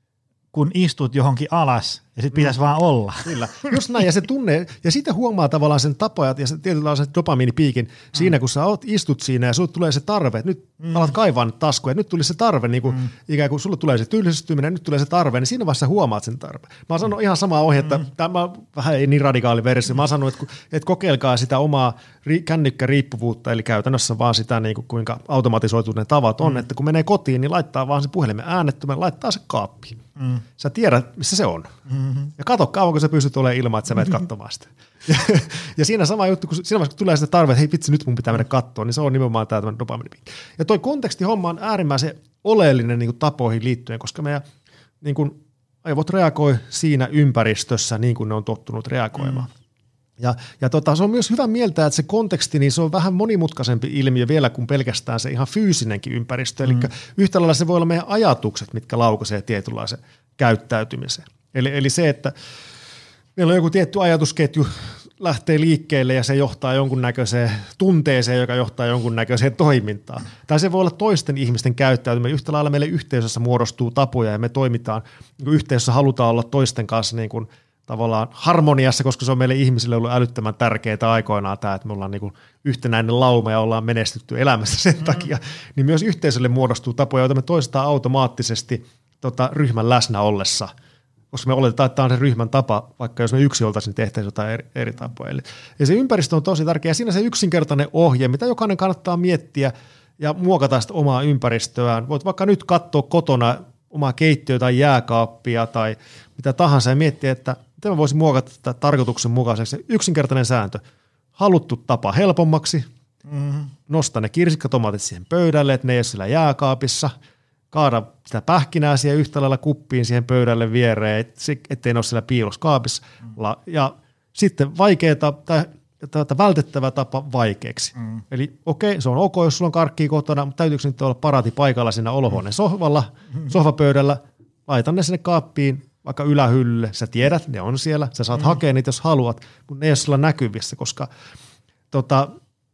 kun istut johonkin alas ja sitten pitäisi mm. vaan olla. Kyllä, just näin, ja se tunne, ja siitä huomaa tavallaan sen tapoja ja se tietynlaisen dopamiinipiikin mm. siinä, kun sä oot, istut siinä ja sulle tulee se tarve, että nyt mm. alat kaivaa nyt taskuja, nyt tuli se tarve, niin kuin, mm. ikään kuin sulle tulee se tylsistyminen, nyt tulee se tarve, niin siinä vaiheessa huomaat sen tarpeen. Mä oon sanonut ihan samaa ohjetta, mm. tämä on vähän ei niin radikaali versio, mä oon sanonut, että, että kokeilkaa sitä omaa ri, kännykkäriippuvuutta, eli käytännössä vaan sitä, niin kuin, kuinka automatisoitu ne tavat on, mm. että kun menee kotiin, niin laittaa vaan se puhelimen äänettömän, laittaa se kaappiin. Mm. Sä tiedät, missä se on. Mm-hmm. Ja kato kauan, kun sä pystyt olemaan ilman, että sä menet katsomaan sitä. Ja, ja siinä sama juttu, kun siinä vaiheessa kun tulee sitä tarve, että hei vitsi, nyt mun pitää mennä katsoa, niin se on nimenomaan tämä dopamiinipiikki. Ja toi kontekstihomma on äärimmäisen oleellinen niin kuin tapoihin liittyen, koska meidän niin kuin, aivot reagoi siinä ympäristössä niin kuin ne on tottunut reagoimaan. Mm. Ja, ja tota, se on myös hyvä mieltää, että se konteksti, niin se on vähän monimutkaisempi ilmiö vielä kuin pelkästään se ihan fyysinenkin ympäristö. Mm. Eli yhtä lailla se voi olla meidän ajatukset, mitkä laukaisee tietynlaisen käyttäytymiseen. Eli, eli se, että meillä on joku tietty ajatusketju lähtee liikkeelle ja se johtaa jonkunnäköiseen tunteeseen, joka johtaa jonkunnäköiseen toimintaan. Tai se voi olla toisten ihmisten käyttäytyminen. Yhtä lailla meille yhteisössä muodostuu tapoja ja me toimitaan, niin kuin yhteisössä halutaan olla toisten kanssa niin kuin tavallaan harmoniassa, koska se on meille ihmisille ollut älyttömän tärkeää aikoinaan tämä, että me ollaan niin kuin yhtenäinen lauma ja ollaan menestytty elämässä sen mm-hmm. takia, niin myös yhteisölle muodostuu tapoja, joita me toistetaan automaattisesti tota, ryhmän läsnä ollessa, koska me oletetaan, että tämä on se ryhmän tapa, vaikka jos me yksi oltaisiin, niin tehtäisiin jotain eri, eri tapoja. Eli, ja se ympäristö on tosi tärkeä, ja siinä se yksinkertainen ohje, mitä jokainen kannattaa miettiä ja muokata sitä omaa ympäristöään. Voit vaikka nyt katsoa kotona omaa keittiöä tai jääkaappia tai mitä tahansa ja miettiä, että miten mä voisin muokata tätä tarkoituksenmukaiseksi. Yksinkertainen sääntö. Haluttu tapa helpommaksi. Mm-hmm. Nosta ne kirsikkatomaatit siihen pöydälle, että ne ei ole siellä jääkaapissa. Kaada sitä pähkinää siihen yhtä lailla kuppiin siihen pöydälle viereen, ettei ne ole siellä piilossa kaapissa. Mm-hmm. Ja sitten vaikeaa tai vältettävä tapa vaikeaksi. Mm. Eli okei, se on ok, jos sulla on karkkia kotona, mutta täytyykö nyt olla paraati paikalla siinä olohuoneen sohvalla, mm. sohvapöydällä, laitan ne sinne kaappiin, vaikka ylähyllylle, sä tiedät, ne on siellä, sä saat mm. hakea niitä, jos haluat, mutta ne ei ole sulla näkyvissä, koska tota,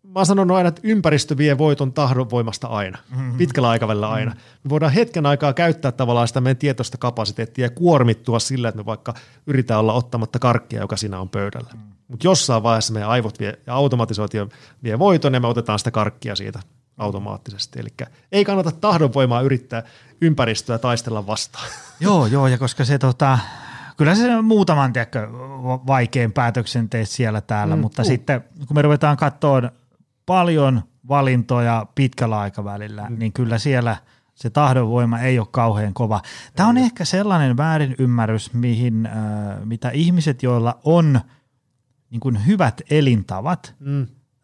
mä oon sanonut aina, että ympäristö vie voiton tahdonvoimasta aina, mm-hmm. pitkällä aikavälillä aina. Mm-hmm. Me voidaan hetken aikaa käyttää tavallaan sitä meidän tietoista kapasiteettia ja kuormittua sillä, että me vaikka yritetään olla ottamatta karkkia, joka siinä on pöydällä. Mm-hmm. Mutta jossain vaiheessa meidän aivot vie, ja automatisoitio vie voiton ja me otetaan sitä karkkia siitä automaattisesti. Eli ei kannata tahdonvoimaa yrittää ympäristöä taistella vastaan. Joo, joo, ja koska se tota, kyllä se muutaman tiedätkö, vaikein päätöksen teet siellä täällä, mm, mutta uh. sitten kun me ruvetaan katsoa paljon valintoja pitkällä aikavälillä, mm. niin kyllä siellä se tahdonvoima ei ole kauhean kova. Tämä on ei. ehkä sellainen väärinymmärrys, mihin, äh, mitä ihmiset, joilla on niin kuin hyvät elintavat, mm. äh,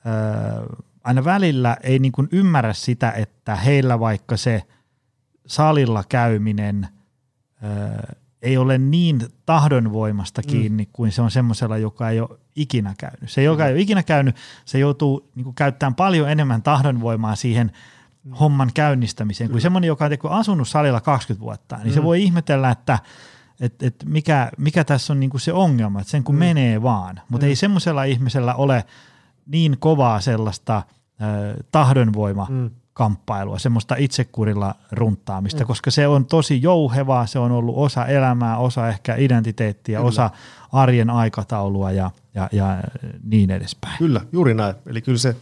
aina välillä ei niin kuin ymmärrä sitä, että heillä vaikka se salilla käyminen ö, ei ole niin tahdonvoimasta kiinni mm. kuin se on semmoisella, joka ei ole ikinä käynyt. Se, joka mm. ei ole ikinä käynyt, se joutuu niin kuin käyttämään paljon enemmän tahdonvoimaa siihen mm. homman käynnistämiseen kuin mm. semmoinen, joka on asunut salilla kaksikymmentä vuotta. Niin mm. se voi ihmetellä, että et, et mikä, mikä tässä on niin kuin se ongelma, että sen kun mm. menee vaan. Mutta mm. ei semmoisella ihmisellä ole niin kovaa sellaista ö, tahdonvoima mm. kamppailua, semmoista itsekurilla runttaamista, mm. koska se on tosi jouhevaa, se on ollut osa elämää, osa ehkä identiteettiä, kyllä. osa arjen aikataulua ja, ja, ja niin edespäin. Kyllä, juuri näin. Eli kyllä se,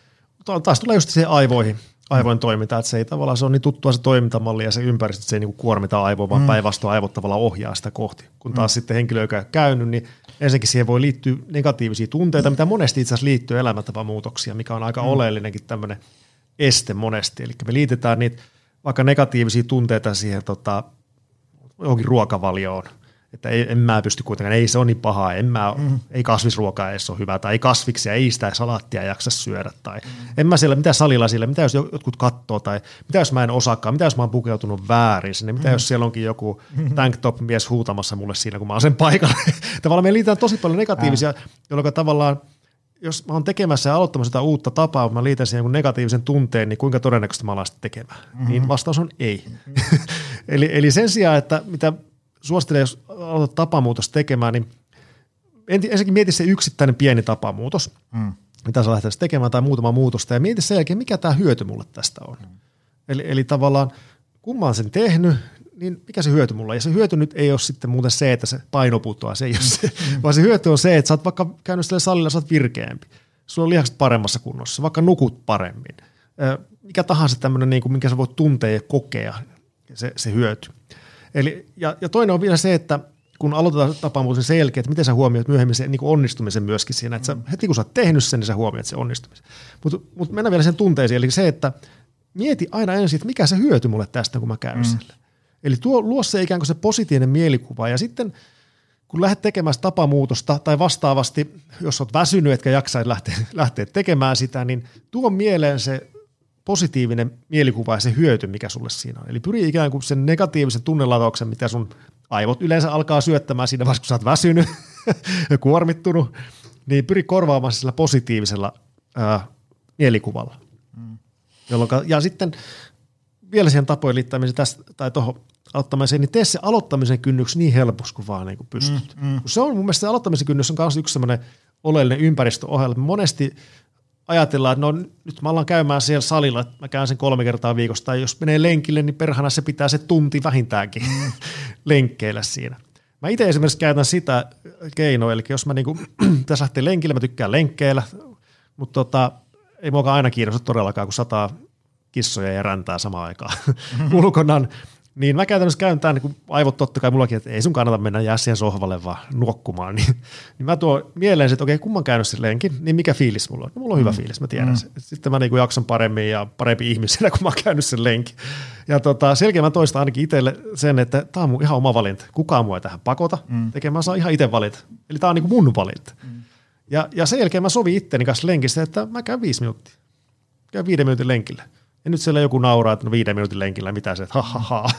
taas tulee just siihen aivoihin, aivojen mm. toiminta, että se ei tavallaan, se on niin tuttua se toimintamalli ja se ympäristö, että se ei niinku kuormita aivoa, vaan mm. päinvastoin aivot tavallaan ohjaa sitä kohti. Kun taas mm. sitten henkilö, joka on käynyt, niin ensinnäkin siihen voi liittyä negatiivisia tunteita, mitä monesti itse asiassa liittyy elämäntapamuutoksia, mikä on aika mm. oleellinenkin tämmöinen este monesti. Eli me liitetään niitä vaikka negatiivisia tunteita siihen tota, johonkin ruokavalioon, että ei, en mä pysty kuitenkaan, ei se on niin pahaa, en mä, mm. ei kasvisruokaa edes ole hyvä, tai ei kasviksia, ei sitä salaattia jaksa syödä, tai mm. en mä siellä, mitä salilla siellä, mitä jos jotkut katsoo, tai mitä jos mä en osaakaan, mitä jos mä oon pukeutunut väärin sinne, mitä mm. jos siellä onkin joku tank top mies huutamassa mulle siinä, kun mä oon sen paikalla. Tavallaan me liitetään tosi paljon negatiivisia, mm. jolloin tavallaan jos mä oon tekemässä ja aloittamassa sitä uutta tapaa, mä liitän siihen negatiivisen tunteen, niin kuinka todennäköisesti mä alan sitä tekemään? Mm-hmm. Niin vastaus on ei. Mm-hmm. eli, eli sen sijaan, että mitä suosittelen, jos aloitat tapamuutos tekemään, niin ensinnäkin mieti se yksittäinen pieni tapamuutos, mm. mitä sä lähtisit tekemään tai muutama muutosta, ja mieti sen jälkeen, mikä tämä hyöty mulle tästä on. Mm. Eli, eli tavallaan, kun mä oon sen tehnyt, niin mikä se hyöty mulla on? Ja se hyöty nyt ei ole sitten muuten se, että se paino putoaa, se ei ole se, mm. vaan se hyöty on se, että sä oot vaikka käynyt sille salilla, sä oot virkeämpi, sulla on lihakset paremmassa kunnossa, vaikka nukut paremmin. Mikä tahansa tämmöinen, niin kuin, minkä sä voit tuntea ja kokea, se, se hyöty. Eli, ja, ja toinen on vielä se, että kun aloitetaan tapamuutos, niin sen jälkeen, että miten sä huomioit myöhemmin sen niin kuin onnistumisen myöskin siinä, että sä, heti kun sä oot tehnyt sen, niin sä huomioit sen onnistumisen. Mutta mut mennään vielä sen tunteisiin, eli se, että mieti aina ensin, että mikä se hyöty mulle tästä, kun mä käyn mm. sille. Eli tuo, luo se ikään kuin se positiivinen mielikuva, ja sitten kun lähdet tekemään tapamuutosta tai vastaavasti, jos olet väsynyt, etkä jaksaisi lähteä, lähteä tekemään sitä, niin tuo mieleen se positiivinen mielikuva ja se hyöty, mikä sulle siinä on. Eli pyri ikään kuin sen negatiivisen tunnelatauksen, mitä sun aivot yleensä alkaa syöttämään siinä vaiheessa, kun sä oot väsynyt ja kuormittunut, niin pyri korvaamaan sillä positiivisella ää, mielikuvalla. Mm. Jolloin, ja sitten vielä siihen tapojen liittämiseen tästä, tai tuohon aloittamiseen, niin tee se aloittamisen kynnys niin helpoksi kuin vaan niin kuin pystyt. Mm, mm. Se on mun mielestä se aloittamisen kynnys on myös yksi sellainen oleellinen ympäristöohjelma. Monesti ajatellaan, että no nyt mä ollaan käymään siellä salilla, että mä käyn sen kolme kertaa viikossa, tai jos menee lenkille, niin perhana se pitää se tunti vähintäänkin mm. lenkkeillä siinä. Mä itse esimerkiksi käytän sitä keinoa, eli jos mä niinku, tässä lähtee lenkille, mä tykkään lenkkeillä, mutta tota, ei muakaan aina kiinnosta todellakaan, kun sataa kissoja ja räntää samaan aikaan mm-hmm. ulkonan, niin mä käytännössä käyn tämän, kun aivot totta kai mullakin, että ei sun kannata mennä jää siihen sohvalle vaan nuokkumaan, niin, niin mä tuon mieleen, että okei, kun mä oon käynyt sen lenkin, niin mikä fiilis mulla on? No, mulla on hyvä mm. fiilis, mä tiedän mm. se. Sitten mä niin jaksan paremmin ja parempi ihmisenä, kun mä oon käynyt sen lenkin. Ja tota, selkeä mä toistan ainakin itselle sen, että tää on mun ihan oma valinta. Kukaan mua ei tähän pakota mm. tekemään, mä saan ihan itse valita. Eli tää on niin kuin mun valinta. Mm. Ja, ja sen jälkeen mä sovin itteni kanssa lenkistä, että mä käyn viisi minuuttia. Käyn viiden minuutin lenkillä. Ja nyt siellä joku nauraa, että no viiden minuutin lenkillä, mitä se, että ha ha ha.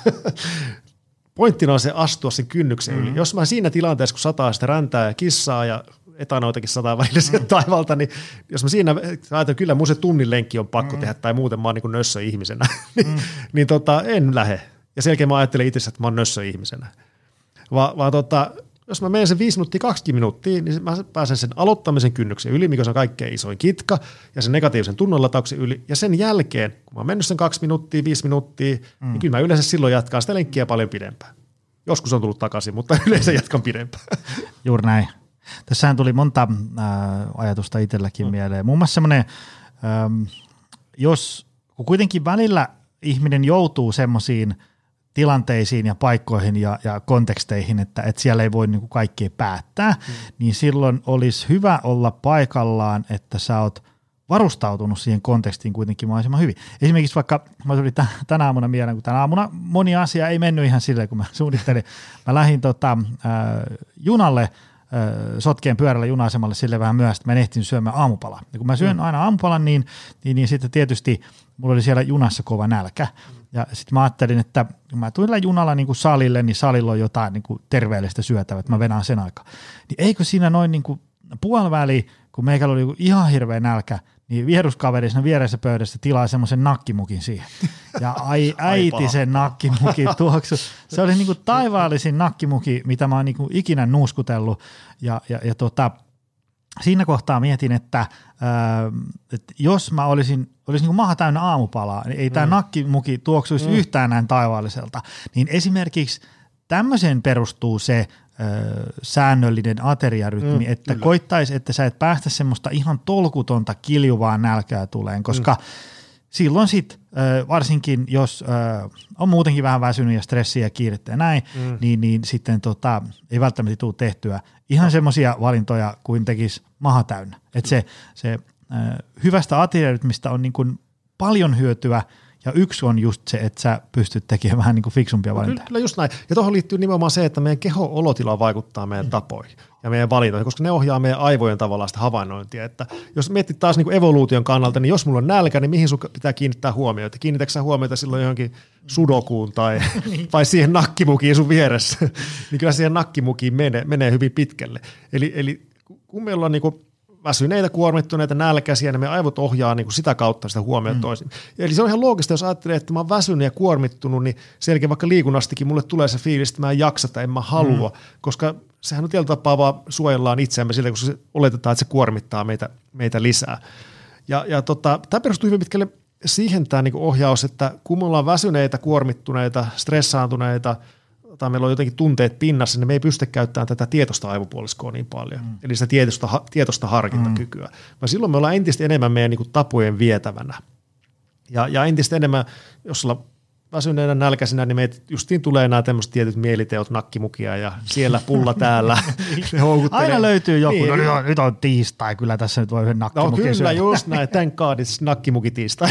Pointtina on se astua sen kynnyksen mm-hmm. yli. Jos mä siinä tilanteessa, kun sataa sitä räntää ja kissaa ja etanoitakin sataa välillä sieltä mm-hmm. taivalta, niin jos mä siinä ajattelin, kyllä mun se tunnin lenkki on pakko mm-hmm. tehdä, tai muuten mä oon niin kuin nössö ihmisenä, mm-hmm. niin tota, en lähde. Ja sen jälkeen mä ajattelen itse, että mä oon nössö ihmisenä. Va, vaan tota, jos mä menen sen viisi minuuttia, kaksi minuuttia, niin mä pääsen sen aloittamisen kynnyksen yli, mikä on kaikkein isoin kitka, ja sen negatiivisen tunnonlatauksen yli. Ja sen jälkeen, kun mä oon mennyt sen kaksi minuuttia, viisi minuuttia, mm. niin kyllä mä yleensä silloin jatkan sitä lenkkiä paljon pidempään. Joskus on tullut takaisin, mutta yleensä jatkan pidempään. Juuri näin. Tässähän tuli monta äh, ajatusta itselläkin mm. mieleen. Muun muassa semmoinen, ähm, jos kun kuitenkin välillä ihminen joutuu semmoisiin tilanteisiin ja paikkoihin ja, ja konteksteihin, että, että siellä ei voi niin kuin kaikkea päättää, mm. niin silloin olisi hyvä olla paikallaan, että sä oot varustautunut siihen kontekstiin kuitenkin mahdollisimman hyvin. Esimerkiksi vaikka, mä tulin t- tänä aamuna mieleen, kun tänä aamuna moni asia ei mennyt ihan silleen, kun mä suunnittelin. Mä lähdin tota, äh, junalle, äh, sotkeen pyörällä juna-asemalle sille vähän myöhäistä, että mä en ehtinyt syömään aamupalaa. Ja kun mä syön mm. aina aamupalan, niin, niin, niin sitten tietysti mulla oli siellä junassa kova nälkä. Ja sitten mä ajattelin, että kun mä tulin junalla niin kuin salille, niin salilla on jotain niin kuin terveellistä syötävää, että mä venään sen aikaa. Niin eikö siinä noin niin kuin puoliväli, kun meikällä oli ihan hirveä nälkä, niin vieruskaveri siinä vieressä pöydässä tilaa semmoisen nakkimukin siihen. Ja ai äiti sen nakkimukin tuoksu. Se oli niin kuin taivaallisin nakkimuki, mitä mä oon niin kuin ikinä nuuskutellut. Ja, ja, ja tota, siinä kohtaa mietin, että, ää, että jos mä olisin, olisin niin kuin maha täynnä aamupalaa, niin ei tämä mm. nakkimuki tuoksuisi mm. yhtään näin taivaalliselta. Niin esimerkiksi tämmöiseen perustuu se ö, säännöllinen ateriarytmi, mm, että kyllä. koittaisi, että sä et päästä semmoista ihan tolkutonta kiljuvaa nälkää tuleen, koska mm. silloin sit, ö, varsinkin jos ö, on muutenkin vähän väsynyt ja stressiä ja kiirettä ja näin, mm. niin, niin sitten tota, ei välttämättä tule tehtyä ihan semmoisia valintoja kuin tekisi maha täynnä. Että se, se ö, hyvästä ateriarytmistä on niin kuin paljon hyötyä. Ja yksi on just se, että sä pystyt tekemään vähän niin kuin fiksumpia valintoja. Kyllä just näin. Ja tuohon liittyy nimenomaan se, että meidän keho-olotila vaikuttaa meidän mm. tapoihin ja meidän valintoihin, koska ne ohjaa meidän aivojen tavallaan sitä havainnointia. Että jos miettii taas niin kuin evoluution kannalta, niin jos mulla on nälkä, niin mihin sun pitää kiinnittää huomiota? Kiinnitätkö sä huomiota silloin johonkin sudokuun tai, tai siihen nakkimukiin sun vieressä? Niin kyllä siihen nakkimukiin menee, menee hyvin pitkälle. Eli, eli kun meillä on niin kuin väsyneitä, kuormittuneita, nälkäisiä, niin me aivot ohjaa niin kuin sitä kautta sitä huomiota mm. toisin. Eli se on ihan loogista, jos ajattelee, että mä oon väsynyt ja kuormittunut, niin selkeä vaikka liikunnastikin mulle tulee se fiilis, että mä en jaksa tai en mä halua, mm. koska sehän on tietyllä tapaa vaan suojellaan itseämme sillä, koska se oletetaan, että se kuormittaa meitä, meitä lisää. Ja, ja tota, tämä perustuu hyvin pitkälle siihen tämä niin kuin ohjaus, että kun me ollaan väsyneitä, kuormittuneita, stressaantuneita, tai meillä on jotenkin tunteet pinnassa, niin me ei pysty käyttämään tätä tietoista aivopuoliskoa niin paljon, mm. eli sitä tietoista, tietoista harkintakykyä. Mm. Vaan silloin me ollaan entistä enemmän meidän niin kuin tapojen vietävänä. Ja, ja entistä enemmän, jos ollaan väsyneenä nälkäisenä, niin meitä justiin tulee nämä tämmöiset tietyt mieliteot, nakkimukia ja siellä pulla täällä. Aina löytyy joku, niin, no nyt on, nyt on tiistai, kyllä tässä nyt voi yhden nakkimukin syödä. No kyllä, syödä. just näin, thank God it's nakkimuki tiistai.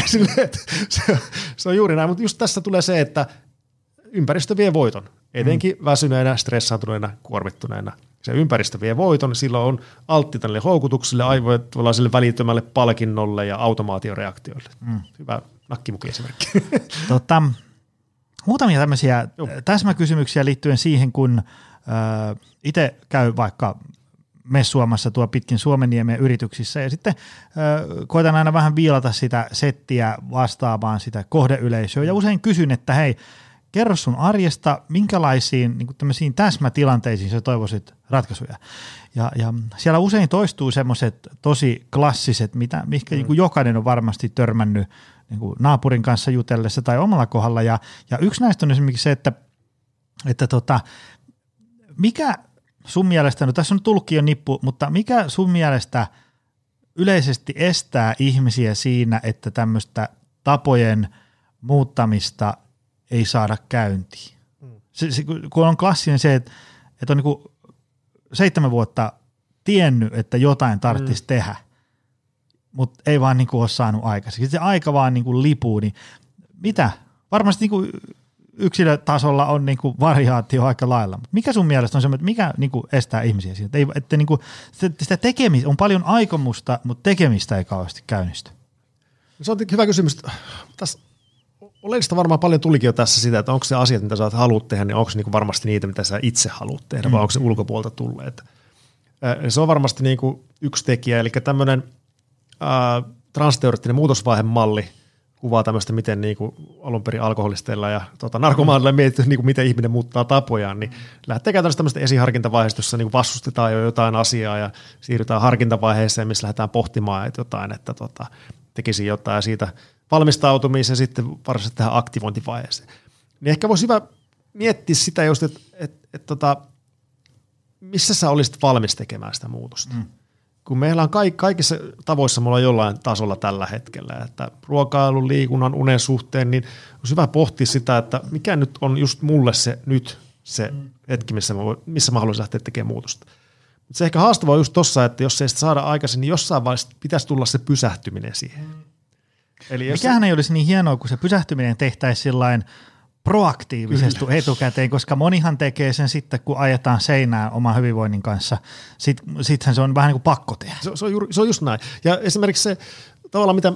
se, se on juuri näin, mutta just tässä tulee se, että ympäristö vie voiton. Etenkin mm. väsyneenä, stressaantuneena, kuormittuneena. Se ympäristö vie voiton, silloin on altti tälle houkutukselle, aivojen sille välittömälle palkinnolle ja automaatioreaktioille. Mm. Hyvä nakkimuki esimerkki. Tota, muutamia tämmöisiä täsmäkysymyksiä liittyen siihen, kun äh, itse käy vaikka messuamassa tuo pitkin Suomenniemen yrityksissä ja sitten äh, koitan aina vähän viilata sitä settiä vastaavaan sitä kohdeyleisöä ja usein kysyn, että hei, kerro sun arjesta, minkälaisiin niin kuin tämmöisiin täsmätilanteisiin sä toivoisit ratkaisuja. Ja, ja siellä usein toistuu semmoiset tosi klassiset, mitä, mihinkä mm. niin kuin jokainen on varmasti törmännyt niin kuin naapurin kanssa jutellessa tai omalla kohdalla. Ja, ja yksi näistä on esimerkiksi se, että, että tota, mikä sun mielestä, no tässä on tullutkin jo nippu, mutta mikä sun mielestä yleisesti estää ihmisiä siinä, että tämmöistä tapojen muuttamista ei saada käyntiin. Se, se, kun on klassinen se, että, että on niin kuin seitsemän vuotta tiennyt, että jotain tarvitsisi mm. tehdä, mutta ei vaan niin kuin ole saanut aikaiseksi. Se aika vaan niin kuin lipuu, niin mitä? Varmasti niin kuin yksilötasolla on niin kuin variaatio aika lailla, mutta mikä sun mielestä on semmoinen, että mikä niin kuin estää ihmisiä siitä? Että ei, että niin kuin sitä tekemistä, on paljon aikomusta, mutta tekemistä ei kauheasti käynnisty. Se on hyvä kysymys. Tässä oleellista varmaan paljon tulikin jo tässä sitä, että onko se asiat, mitä sä haluat tehdä, niin onko se niinku varmasti niitä, mitä sä itse haluat tehdä, mm. vai onko se ulkopuolelta tulleet. Se on varmasti niinku yksi tekijä, eli tämmöinen äh, transteoreettinen muutosvaihemalli kuvaa tämmöistä, miten niin kuin alun perin alkoholisteilla ja tota, narkomaanilla mietitty, niin kuin miten ihminen muuttaa tapojaan, niin lähtee käytännössä tämmöistä esiharkintavaiheesta, jossa niin kuin vastustetaan jo jotain asiaa ja siirrytään harkintavaiheeseen, missä lähdetään pohtimaan että jotain, että tota, tekisi jotain ja siitä valmistautumiseen sitten varsinaisesti tähän aktivointivaiheeseen. Niin ehkä voisi hyvä miettiä sitä just, että et, et, tota, missä sä olisit valmis tekemään sitä muutosta. Mm. Kun meillä on kaik, kaikissa tavoissa me ollaan jollain tasolla tällä hetkellä, että ruokailun, liikunnan, unen suhteen, niin olisi hyvä pohtia sitä, että mikä nyt on just mulle se nyt se mm. hetki, missä mä, voi, missä mä haluaisin lähteä tekemään muutosta. Mutta se ehkä haastavaa on just tossa, että jos ei sitä saada aikaisin, niin jossain vaiheessa pitäisi tulla se pysähtyminen siihen. Mm. Eli mikähän se ei olisi niin hienoa, kun se pysähtyminen tehtäisiin sillain proaktiivisesti Kyllä. etukäteen, koska monihan tekee sen sitten, kun ajetaan seinään oman hyvinvoinnin kanssa. Sitten, sittenhän se on vähän niin kuin pakko tehdä. Se, se, on, juuri, se on just näin. Ja esimerkiksi se tavallaan, mitä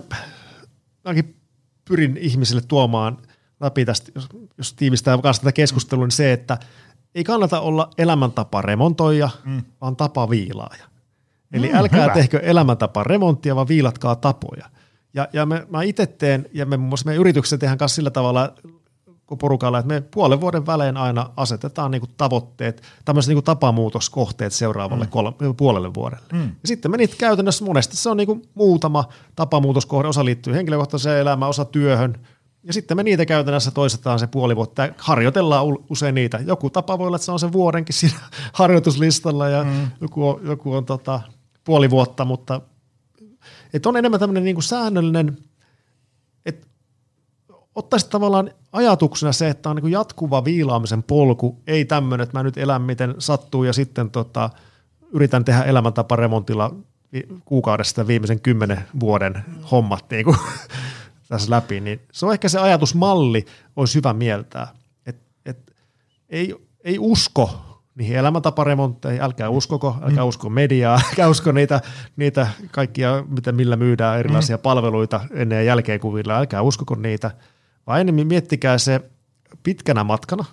mäkin pyrin ihmisille tuomaan läpi tästä, jos, jos tiivistää kanssa tätä keskustelua, niin se, että ei kannata olla elämäntapa remontoija, mm. vaan tapa viilaaja. Eli mm, älkää hyvä. tehkö elämäntapa remonttia, vaan viilatkaa tapoja. Ja, ja me, mä itse teen, ja me muun muassa meidän yrityksessä tehdään kanssa sillä tavalla, porukalla, että me puolen vuoden välein aina asetetaan niinku tavoitteet, tämmöiset niinku tapamuutoskohteet seuraavalle mm. kolme, puolelle vuodelle. Mm. Ja sitten me niitä käytännössä monesti, se on niinku muutama tapamuutoskohde, osa liittyy henkilökohtaiseen elämään, osa työhön, ja sitten me niitä käytännössä toistetaan se puoli vuotta, ja harjoitellaan usein niitä. Joku tapa voi olla, että se on se vuodenkin siinä harjoituslistalla, ja mm. joku on, joku on tota, puoli vuotta, mutta että on enemmän tämmöinen niinku säännöllinen, että ottaisi tavallaan ajatuksena se, että on niin kuin jatkuva viilaamisen polku, ei tämmöinen, että mä nyt elän miten sattuu ja sitten tota, yritän tehdä elämäntaparemontilla kuukaudesta viimeisen kymmenen vuoden hommat niin kuin tässä läpi. Niin se on ehkä se ajatusmalli, olisi hyvä mieltää, että et, ei, ei usko niihin elämäntaparemontteihin, älkää uskoko, älkää usko mediaa, älkää usko niitä, niitä kaikkia, mitä, millä myydään erilaisia mm. palveluita ennen ja jälkeen kuvilla, älkää uskoko niitä, vaan enemmän miettikää se pitkänä matkana.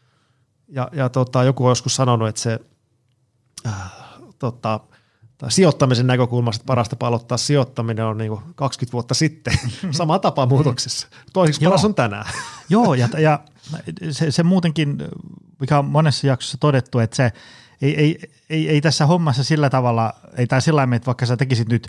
Ja, ja tota, joku on joskus sanonut, että se äh, tota, sijoittamisen näkökulmasta parasta aloittaa sijoittaminen on niin kuin kaksikymmentä vuotta sitten. Sama tapa muutoksessa. Toiseksi paras on tänään. Joo, ja, ja se, se muutenkin, mikä on monessa jaksossa todettu, että se ei, ei, ei, ei tässä hommassa sillä tavalla, ei tämä sillä tavalla, että vaikka sä tekisit nyt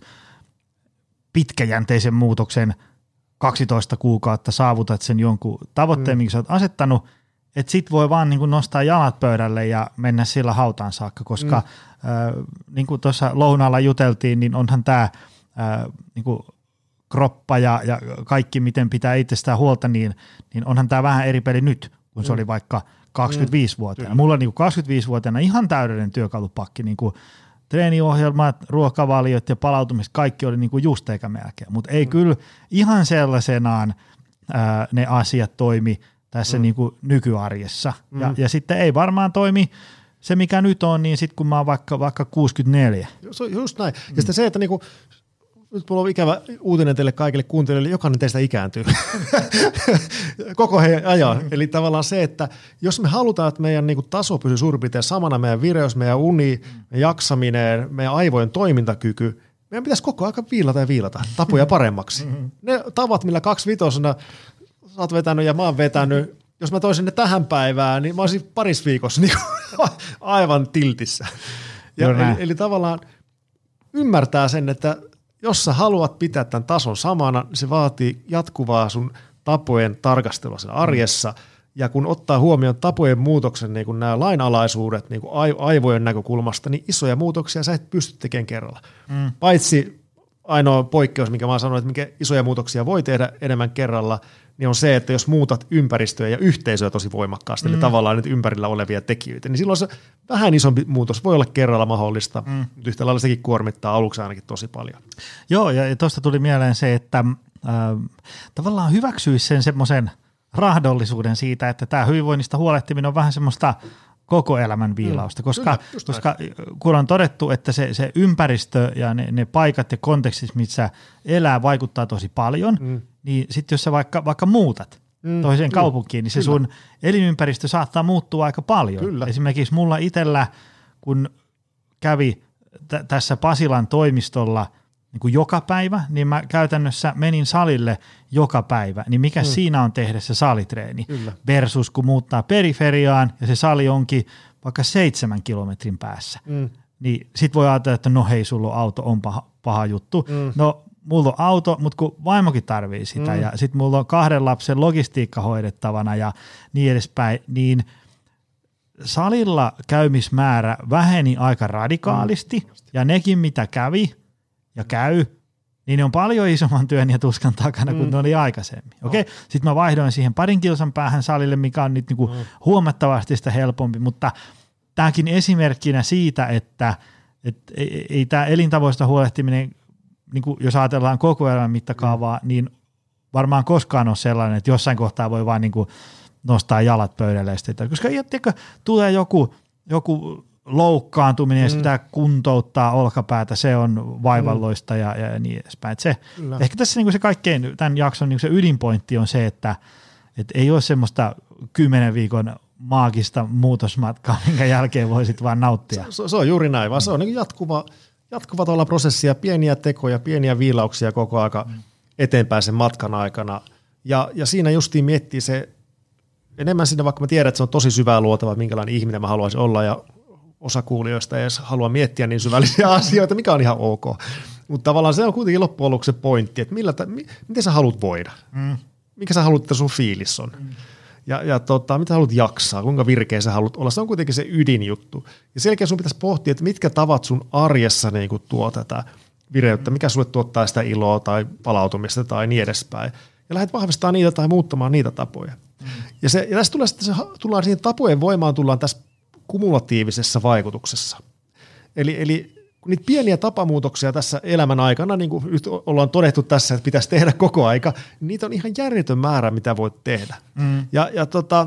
pitkäjänteisen muutoksen kaksitoista kuukautta, saavutat sen jonkun tavoitteen, mm. minkä sä oot asettanut, että sit voi vaan niin kuin nostaa jalat pöydälle ja mennä sillä hautaan saakka, koska mm. äh, niin kuin tuossa lounaalla juteltiin, niin onhan tämä äh, niin kuin kroppa ja, ja kaikki, miten pitää itsestään huolta, niin, niin onhan tämä vähän eri peli nyt, kun mm. se oli vaikka kaksikymmentäviisivuotiaana. Mm. Mulla on niin kuin kaksikymmentäviisivuotiaana ihan täydellinen työkalupakki, niin kuin treeniohjelmat, ruokavaliot ja palautumiset, kaikki oli niin kuin just eikä melkein, mutta ei mm. kyllä ihan sellaisenaan ää, ne asiat toimi tässä mm. niin kuin nykyarjessa. Mm. Ja, ja sitten ei varmaan toimi se, mikä nyt on, niin sitten kun mä oon vaikka, vaikka kuusikymmentäneljä. Se on just näin. Ja sitten se, että niinku, nyt mulla on ikävä uutinen teille kaikille kuuntelijoille, jokainen teistä ikääntyy koko heidän ajan. Mm. Eli tavallaan se, että jos me halutaan, että meidän niinku taso pysyy suurin piirtein samana, meidän vireys, meidän uni, meidän jaksaminen, meidän aivojen toimintakyky, meidän pitäisi koko ajan viilata ja viilata tapoja paremmaksi. Mm-hmm. Ne tavat, millä kaksi vitosena sä oot vetänyt ja mä oon vetänyt, jos mä toisin ne tähän päivään, niin mä olisin paris viikossa niin aivan tiltissä. Ja eli, eli tavallaan ymmärtää sen, että jos sä haluat pitää tämän tason samana, niin se vaatii jatkuvaa sun tapojen tarkastelua sen arjessa. Mm. Ja kun ottaa huomioon tapojen muutoksen, niin kuin nämä lainalaisuudet niin kuin aivojen näkökulmasta, niin isoja muutoksia sä et pysty tekemään kerralla. Mm. Paitsi ainoa poikkeus, minkä mä sanoin, että minkä isoja muutoksia voi tehdä enemmän kerralla, niin on se, että jos muutat ympäristöä ja yhteisöä tosi voimakkaasti, mm. eli tavallaan nyt ympärillä olevia tekijöitä, niin silloin se vähän isompi muutos voi olla kerralla mahdollista, mm. mutta yhtä lailla sekin kuormittaa aluksi ainakin tosi paljon. Joo, ja tuosta tuli mieleen se, että äh, tavallaan hyväksyisi sen semmoisen rahdollisuuden siitä, että tämä hyvinvoinnista huolehtiminen on vähän semmoista koko elämän viilausta, mm, koska, kyllä, koska kun on todettu, että se, se ympäristö ja ne, ne paikat ja kontekstit, missä elää, vaikuttaa tosi paljon, mm. niin sitten jos sä vaikka, vaikka muutat mm, toiseen kyllä, kaupunkiin, niin se kyllä. sun elinympäristö saattaa muuttua aika paljon. Kyllä. Esimerkiksi mulla itsellä, kun kävi t- tässä Pasilan toimistolla, niin kuin joka päivä, niin mä käytännössä menin salille joka päivä, niin mikä mm. siinä on tehdä se salitreeni Kyllä. versus kun muuttaa periferiaan ja se sali onkin vaikka seitsemän kilometrin päässä, mm. niin sit voi ajatella, että no hei, sulla on auto, on paha, paha juttu. Mm. No mulla on auto, mutta kun vaimokin tarvii sitä mm. ja sit mulla on kahden lapsen logistiikka hoidettavana ja niin edespäin, niin salilla käymismäärä väheni aika radikaalisti mm. ja nekin mitä kävi ja käy, niin ne on paljon isomman työn ja tuskan takana mm. kuin ne oli aikaisemmin. Okei, okay? Sitten mä vaihdoin siihen parin kilsan päähän salille, mikä on nyt niinku mm. huomattavasti sitä helpompi, mutta tämäkin esimerkkinä siitä, että et ei, ei tämä elintavoista huolehtiminen, niinku jos ajatellaan koko elämän mittakaavaa, mm. niin varmaan koskaan ole sellainen, että jossain kohtaa voi vaan niinku nostaa jalat pöydälle ja sitten, koska tiedätkö, tulee joku, joku loukkaantuminen mm. ja pitää kuntouttaa olkapäätä, se on vaivalloista mm. ja, ja niin edespäin. Se, ehkä tässä niin se kaikkein, tämän jakson niin se ydinpointti on se, että et ei ole semmoista kymmenen viikon maagista muutosmatkaa, minkä jälkeen voisit vaan nauttia. Se, se on juuri näin, vaan se on niin jatkuva, jatkuva tuolla prosessia, pieniä tekoja, pieniä viilauksia koko aika mm. eteenpäin sen matkan aikana. Ja, ja siinä justiin miettii se enemmän siinä, vaikka mä tiedän, että se on tosi syvää luotava, minkälainen ihminen mä haluaisin olla ja osa kuulijoista ei edes halua miettiä niin syvällisiä asioita, mikä on ihan ok. Mutta tavallaan se on kuitenkin loppujen lopuksi se pointti, että millä ta- mi- miten sä haluat voida, mm. mikä sä haluat, että sun fiilis on. Mm. Ja, ja tota, mitä sä haluat jaksaa, kuinka virkeä sä haluat olla, se on kuitenkin se ydinjuttu. Ja sen jälkeen sun pitäisi pohtia, että mitkä tavat sun arjessa niin kuin tuo tätä vireyttä, mikä sulle tuottaa sitä iloa tai palautumista tai niin edespäin. Ja lähdet vahvistamaan niitä tai muuttamaan niitä tapoja. Mm. Ja, se, ja tässä tulee sitten se, tullaan siihen tapojen voimaan, tullaan tässä kumulatiivisessa vaikutuksessa. Eli, eli kun niitä pieniä tapamuutoksia tässä elämän aikana, niin kuin ollaan todettu tässä, että pitäisi tehdä koko aika, niin niitä on ihan järjetön määrä, mitä voit tehdä. Mm. Ja, ja tota,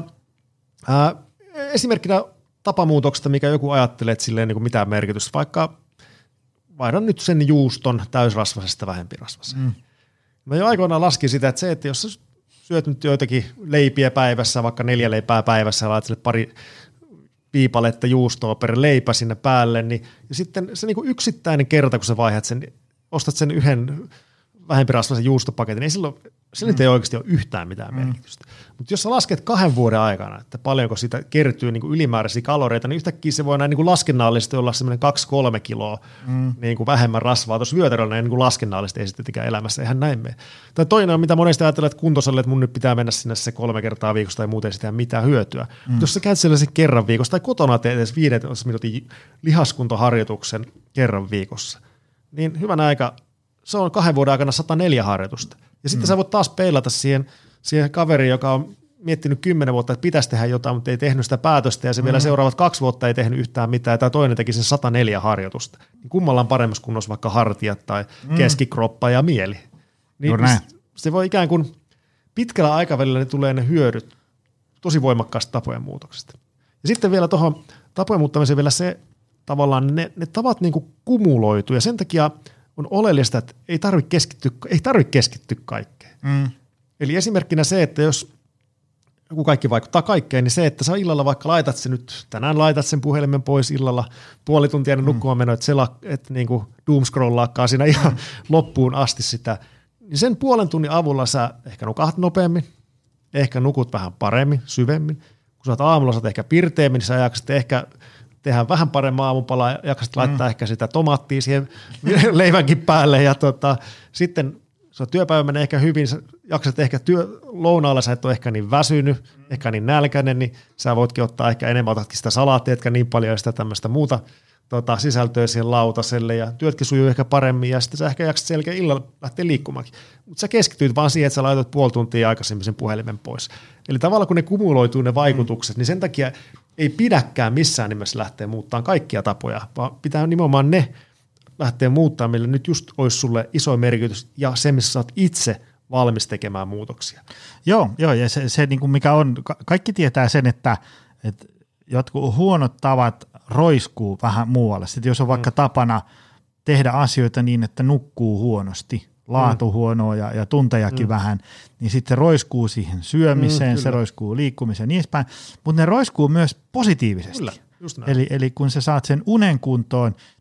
ää, esimerkkinä tapamuutoksesta, mikä joku ajattelee, että sillä ei niin mitään merkitystä, vaikka vaihdan nyt sen juuston täysrasvaisesta vähempirasvaiseen. Mm. Mä jo aikoinaan laskin sitä, että se, että jos sä syöt nyt joitakin leipiä päivässä, vaikka neljä leipää päivässä ja laitat sille pari viipaletta juustoa per leipä sinne päälle, niin ja sitten se niinku yksittäinen kerta, kun sä vaihdat sen, ostat sen yhden vähempirasvaisen juustopaketin, niin silloin se nyt ei oikeasti ole yhtään mitään mm. merkitystä. Mutta jos sä lasket kahden vuoden aikana, että paljonko siitä kertyy niinku ylimääräisiä kaloreita, niin yhtäkkiä se voi näin niinku laskennallisesti olla semmoinen kaksi kolme kiloa mm. niinku vähemmän rasvaa. Tuossa vyötäröllä näin niinku laskennallisesti ei sitten tietenkään elämässä, eihän näin mene. Tai toinen on, mitä monesti ajattelee, että kuntosalle, että mun nyt pitää mennä sinne se kolme kertaa viikossa tai muuten ei sitä mitään hyötyä. Mm. Jos sä käyt sellaisen kerran viikossa tai kotona teet edes viidentoista minuutin lihaskuntoharjoituksen kerran viikossa, niin hyvän aika se on kahden vuoden aikana sata neljä harjoitusta. Ja sitten mm. sä voit taas peilata siihen, siihen kaveriin, joka on miettinyt kymmenen vuotta, että pitäisi tehdä jotain, mutta ei tehnyt sitä päätöstä, ja se mm. vielä seuraavat kaksi vuotta ei tehnyt yhtään mitään, tai toinen teki sen sata neljä harjoitusta. Niin kummalla on paremmassa kunnossa vaikka hartiat tai mm. keskikroppa ja mieli. Niin se voi ikään kuin pitkällä aikavälillä ne tulee ne hyödyt tosi voimakkaasta tapojen muutoksesta. Ja sitten vielä tuohon tapojen muuttamiseen vielä se, tavallaan ne, ne tavat niin kuin kumuloituu, ja sen takia on oleellista, että ei tarvitse keskittyä, ei tarvitse keskittyä kaikkeen. Mm. Eli esimerkkinä se, että jos joku kaikki vaikuttaa kaikkeen, niin se, että sä illalla vaikka laitat sen nyt, tänään laitat sen puhelimen pois illalla puoli tuntia ennen mm. nukkumaan menoa, että, sela, että niin kuin doomscrollaakaan siinä ihan mm. loppuun asti sitä, niin sen puolen tunnin avulla sä ehkä nukahat nopeammin, ehkä nukut vähän paremmin, syvemmin. Kun sä oot aamulla, sä oot ehkä pirteemmin, niin sä jaksat ehkä tehdään vähän paremmin aamupalaa ja jaksasit mm. laittaa ehkä sitä tomaattia siihen leivänkin päälle ja tota, sitten sun työpäivä menee ehkä hyvin, sä jaksat ehkä työ, lounaalla, sä et ole ehkä niin väsynyt, mm. ehkä niin nälkäinen, niin sä voitkin ottaa ehkä enemmän, otatkin sitä salaattia, etkä niin paljon ja sitä tämmöistä muuta tota, sisältöä siihen lautaselle ja työtkin sujuu ehkä paremmin ja sitten sä ehkä jaksat selkeä illalla lähteä liikkumaankin. Mutta sä keskityt vaan siihen, että sä laitat puoli tuntia aikaisemmin sen puhelimen pois. Eli tavallaan kun ne kumuloituu ne vaikutukset, mm. niin sen takia ei pidäkään missään nimessä lähteä muuttamaan kaikkia tapoja, vaan pitää nimenomaan ne lähteä muuttamaan, millä nyt just olisi sulle iso merkitys ja se, missä sä oot itse valmis tekemään muutoksia. Joo, joo ja se, se niin kuin mikä on, kaikki tietää sen, että, että jotkut huonot tavat roiskuu vähän muualle. Sitten jos on vaikka mm. tapana tehdä asioita niin, että nukkuu huonosti, laatu mm. huonoa ja, ja tuntejakin mm. vähän, niin sitten se roiskuu siihen syömiseen, mm, se roiskuu liikkumiseen ja niin edespäin, mutta ne roiskuu myös positiivisesti. Kyllä, just näin. Eli, eli kun sä saat sen unen kuntoon,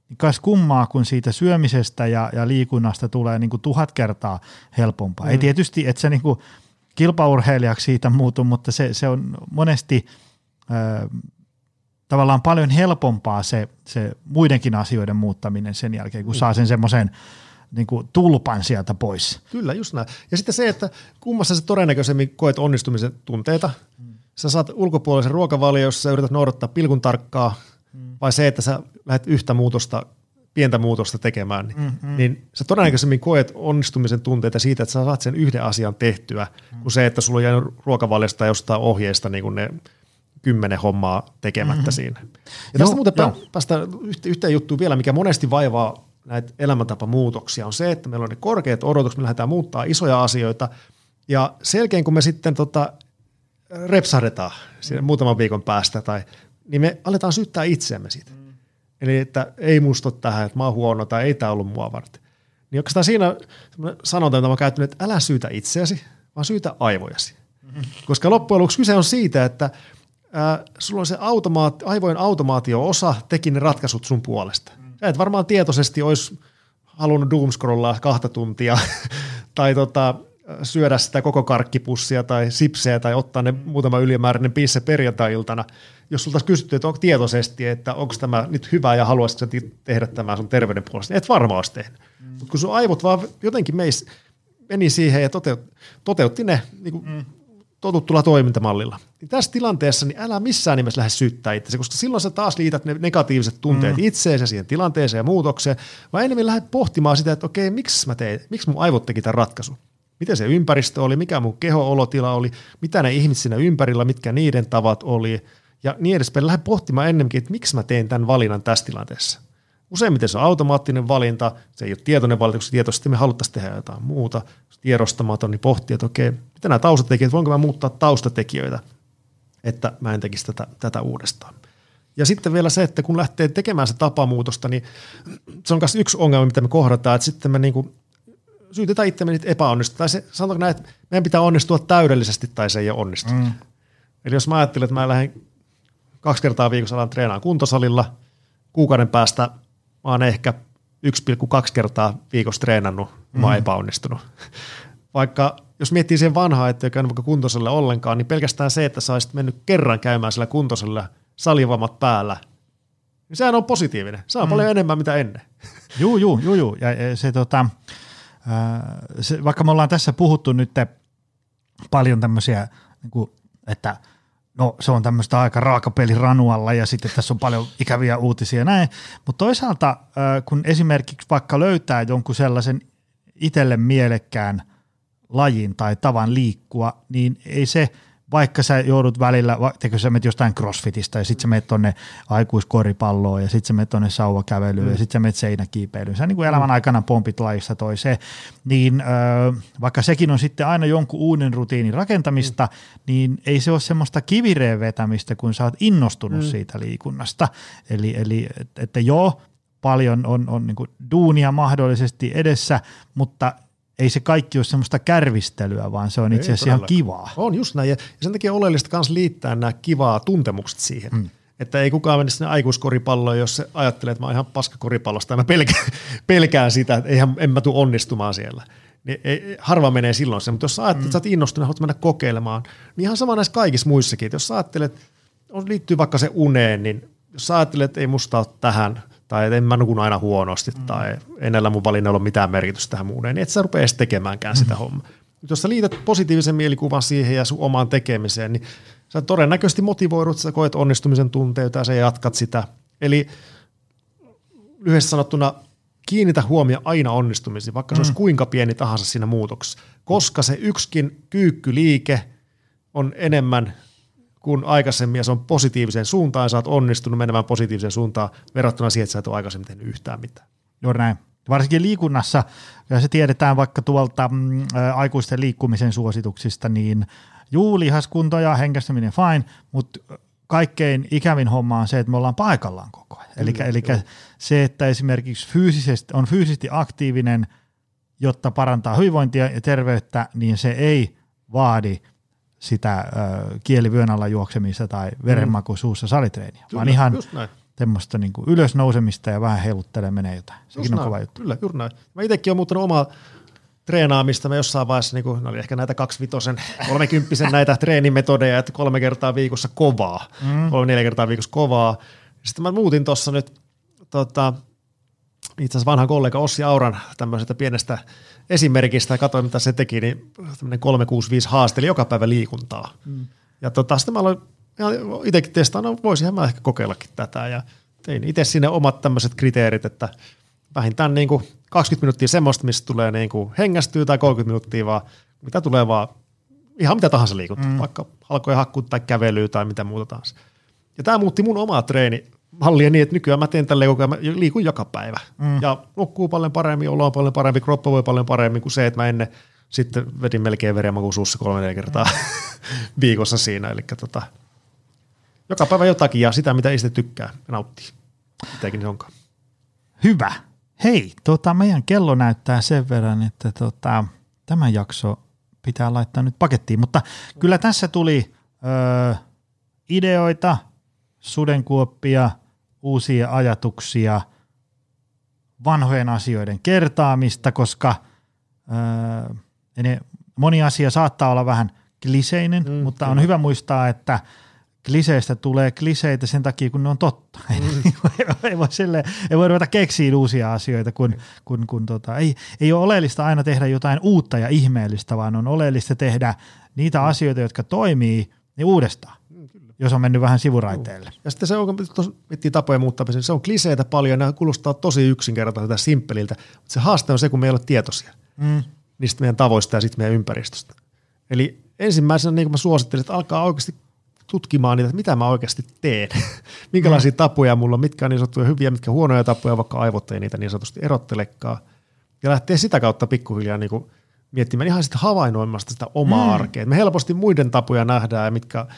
niin kas kummaa, kun siitä syömisestä ja, ja liikunnasta tulee niin kuin tuhat kertaa helpompaa. Mm. Ei tietysti, että se niin kuin kilpaurheilijaksi siitä muutu, mutta se, se on monesti ö, tavallaan paljon helpompaa se, se muidenkin asioiden muuttaminen sen jälkeen, kun mm. saa sen semmoisen niin kuin tulpan sieltä pois. Kyllä, just näin. Ja sitten se, että kummassa sä todennäköisemmin koet onnistumisen tunteita. Mm. Sä saat ulkopuolisen ruokavalio, jossa sä yrität noudattaa pilkun tarkkaa, mm. vai se, että sä lähdet yhtä muutosta, pientä muutosta tekemään, niin, mm-hmm. niin sä todennäköisemmin koet onnistumisen tunteita siitä, että sä saat sen yhden asian tehtyä, mm. kuin se, että sulla on jäänyt ruokavaliosta tai jostain ohjeesta niin kuin ne kymmenen hommaa tekemättä mm-hmm. siinä. Ja tästä joo, muuten jo. päästään yhteen juttuun vielä, mikä monesti vaivaa näitä elämäntapamuutoksia, on se, että meillä on ne korkeat odotukset, me lähdetään muuttaa isoja asioita, ja selkeän kun me sitten tota, repsahdetaan mm. muutaman viikon päästä, tai, niin me aletaan syyttää itseämme siitä. Mm. Eli että ei musta ole tähän, että mä oon huono, tai ei tää ollut mua varten. Niin oikeastaan siinä sanotaan, että mä oon käyttänyt, että älä syytä itseäsi, vaan syytä aivojasi. Mm-hmm. Koska loppujen lopuksi kyse on siitä, että ää, sulla on se automaat, aivojen automaatio-osa teki ne ratkaisut sun puolesta. Mm. Sä et varmaan tietoisesti olisi halunnut doomscrollaa kahta tuntia tai tota, syödä sitä koko karkkipussia tai sipsejä tai ottaa ne muutama ylimääräinen pisse perjantai-iltana, jos sulta olisi kysytty, että onko tietoisesti, että onko tämä nyt hyvä ja haluaisitko tehdä tämän sun terveyden puolesta, niin et varmaan olisi tehnyt. Mm. Mutta kun sun aivot vaan jotenkin meis meni siihen ja toteut, toteutti ne niin kuin mm. totuttulla toimintamallilla. Niin tässä tilanteessa niin älä missään nimessä lähde syyttää itseäsi, koska silloin sä taas liität ne negatiiviset tunteet mm. itseensä siihen tilanteeseen ja muutokseen, vaan enemmän lähde pohtimaan sitä, että okei, miksi mä tein, miksi mun aivot teki tämän ratkaisun. Miten se ympäristö oli, mikä mun keho-olotila oli, mitä ne ihmiset siinä ympärillä, mitkä niiden tavat oli ja niin edespäin. Lähde pohtimaan ennemminkin, että miksi mä teen tämän valinnan tässä tilanteessa. Useimmiten se on automaattinen valinta, se ei ole tietoinen valinta, koska tietoisesti me haluttaisiin tehdä jotain muuta. Tiedostamaton, niin pohtia, että okei, mitä nämä taustatekijät, voinko mä muuttaa taustatekijöitä, että mä en tekisi tätä, tätä uudestaan. Ja sitten vielä se, että kun lähtee tekemään se tapamuutosta, niin se on myös yksi ongelma, mitä me kohdataan, että sitten me niinku syytetään itsemme niitä epäonnistua. Tai se, sanotaanko näin, että meidän pitää onnistua täydellisesti tai se ei ole onnistunut. Mm. Eli jos mä ajattelen, että mä lähden kaksi kertaa viikossa alan treenaan kuntosalilla, kuukauden päästä mä oon ehkä yksi pilkku kaksi kertaa viikossa treenannut, mm. mä oon epäonnistunut. Vaikka jos miettii sen vanhaa, että ei käynyt vaikka kuntosalilla ollenkaan, niin pelkästään se, että sä olisit mennyt kerran käymään sillä kuntosalilla salivammat päällä, niin sehän on positiivinen. Se on mm. paljon enemmän mitä ennen. Juu, juu, juu, juu. Ja se tota... Se, vaikka me ollaan tässä puhuttu nyt paljon tämmöisiä, niin kuin, että no se on tämmöistä aika raakapeliranualla ja sitten tässä on paljon ikäviä uutisia ja näin, mutta toisaalta kun esimerkiksi vaikka löytää jonkun sellaisen itselle mielekkään lajin tai tavan liikkua, niin ei se, vaikka sä joudut välillä, teikö sä menet jostain crossfitista ja sitten sä menet tonne aikuiskoripalloon ja sitten sä menet tonne sauvakävelyyn mm. ja sitten sä menet seinäkiipeilyyn. Sä niin kuin elämän aikana pompit lajista toiseen. Niin ö, vaikka sekin on sitten aina jonkun uuden rutiinin rakentamista, mm. niin ei se ole semmoista kivireen vetämistä, kun sä oot innostunut mm. siitä liikunnasta. Eli, eli että joo, paljon on, on niin kuin duunia mahdollisesti edessä, mutta ei se kaikki ole semmoista kärvistelyä, vaan se on itse asiassa ihan kivaa. On just näin, ja sen takia oleellista myös liittää nämä kivaa tuntemukset siihen. Mm. Että ei kukaan mene sinne aikuiskoripalloon, jos se ajattelee, että mä oon ihan paskakoripallosta ja mä pelkään, pelkään sitä, että eihän, en mä tule onnistumaan siellä. Niin ei, harva menee silloin se, mutta jos sä ajattelet, mm. että sä oot innostunut ja haluat mennä kokeilemaan, niin ihan sama näissä kaikissa muissakin. Että jos sä ajattelet, että liittyy vaikka se uneen, niin jos sä ajattelet, että ei musta ole tähän, tai en mä nukun aina huonosti, mm. tai en näillä mun valinnoilla ole mitään merkitystä tähän muuneen, niin et sä rupea edes tekemäänkään mm. sitä hommaa. Mutta jos sä liität positiivisen mielikuvan siihen ja sun omaan tekemiseen, niin sä todennäköisesti motivoidut, sä koet onnistumisen tunteita ja sä jatkat sitä. Eli lyhyesti sanottuna kiinnitä huomio aina onnistumisiin, vaikka mm. se olisi kuinka pieni tahansa siinä muutoksessa, koska se yksikin kyykkyliike on enemmän kuin aikaisemmin ja se on positiiviseen suuntaan ja sä oot onnistunut menemään positiiviseen suuntaan verrattuna siihen, että sä et ole aikaisemmin tehnyt yhtään mitään. Juuri näin. Varsinkin liikunnassa, ja se tiedetään vaikka tuolta mm, ä, aikuisten liikkumisen suosituksista, niin juu, lihaskunto ja henkästäminen fine, mutta kaikkein ikävin homma on se, että me ollaan paikallaan koko ajan. Eli, eli se, että esimerkiksi fyysisesti, on fyysisesti aktiivinen, jotta parantaa hyvinvointia ja terveyttä, niin se ei vaadi sitä ö, kieli vyön alla juoksemista tai verenmaku suussa salitreeniä, Kyllä, vaan ihan semmoista niin kuin ylösnousemista ja vähän heiluttelee menee jotain. Sekin on kova juttu. Kyllä, juuri näin. Mä itsekin olen muuttanut omaa treenaamista. Mä jossain vaiheessa, niin kuin, ne oli ehkä näitä kaksivitosen, kolmekymppisen näitä treenimetodeja, että kolme kertaa viikossa kovaa, mm. kolme neljä kertaa viikossa kovaa. Sitten mä muutin tuossa nyt tota, itse asiassa vanhan kollega Ossi Auran tämmöisestä pienestä esimerkistä ja katsoin, mitä se teki, niin tämmöinen kolme kuusi viisi haasteli joka päivä liikuntaa. Mm. Ja tota, sitten mä aloin itsekin testaa, no voisinhan mä ehkä kokeillakin tätä ja tein itse sinne omat tämmöiset kriteerit, että vähintään niin kuin kaksikymmentä minuuttia semmoista, mistä tulee niin kuin hengästyä tai kolmekymmentä minuuttia vaan, mitä tulee vaan ihan mitä tahansa liikuntaa, mm. vaikka halkoja hakkuut tai kävelyä tai mitä muuta tahansa. Ja tämä muutti mun omaa treenimallia niin, että nykyään mä teen tälleen koko ajan, mä liikun joka päivä. Mm. Ja nukkuu paljon paremmin, olo on paljon parempi, kroppa voi paljon paremmin kuin se, että mä ennen sitten vedin melkein verenmakuun suussa kolme neljä kertaa mm. viikossa siinä. Eli tota, joka päivä jotakin ja sitä, mitä itse tykkää ja nauttii. Mitäkin se onkaan. Hyvä. Hei, tota, meidän kello näyttää sen verran, että tota, tämä jakso pitää laittaa nyt pakettiin, mutta kyllä tässä tuli öö, ideoita, sudenkuoppia, uusia ajatuksia, vanhojen asioiden kertaamista, koska öö, ne, moni asia saattaa olla vähän kliseinen, mm, mutta on kyllä hyvä muistaa, että kliseistä tulee kliseitä sen takia, kun ne on totta. Mm. ei, voi sille, ei voi ruveta keksiin uusia asioita, kun, kun, kun tota, ei, ei ole oleellista aina tehdä jotain uutta ja ihmeellistä, vaan on oleellista tehdä niitä mm. asioita, jotka toimii, niin uudestaan, mm, kyllä. jos on mennyt vähän sivuraiteelle. Ja sitten se on, miettii tapojen muuttamisen, se on kliseitä paljon, nämä kuulostaa tosi yksinkertaiselta simppeliltä, mutta se haaste on se, kun me ei ole tietoisia mm. niistä meidän tavoista ja sitten meidän ympäristöstä. Eli ensimmäisenä, niin kuin mä suosittelen, että alkaa oikeasti tutkimaan niitä, että mitä mä oikeasti teen, minkälaisia mm. tapoja mulla on, mitkä on niin sanottuja hyviä, mitkä huonoja tapoja, vaikka aivot ei niitä niin sanotusti erottelekaan. Ja lähtee sitä kautta pikkuhiljaa niin kuin miettimään ihan sitä havainnoimasta sitä omaa mm. arkea. Me helposti muiden tapoja nähdään, mitkä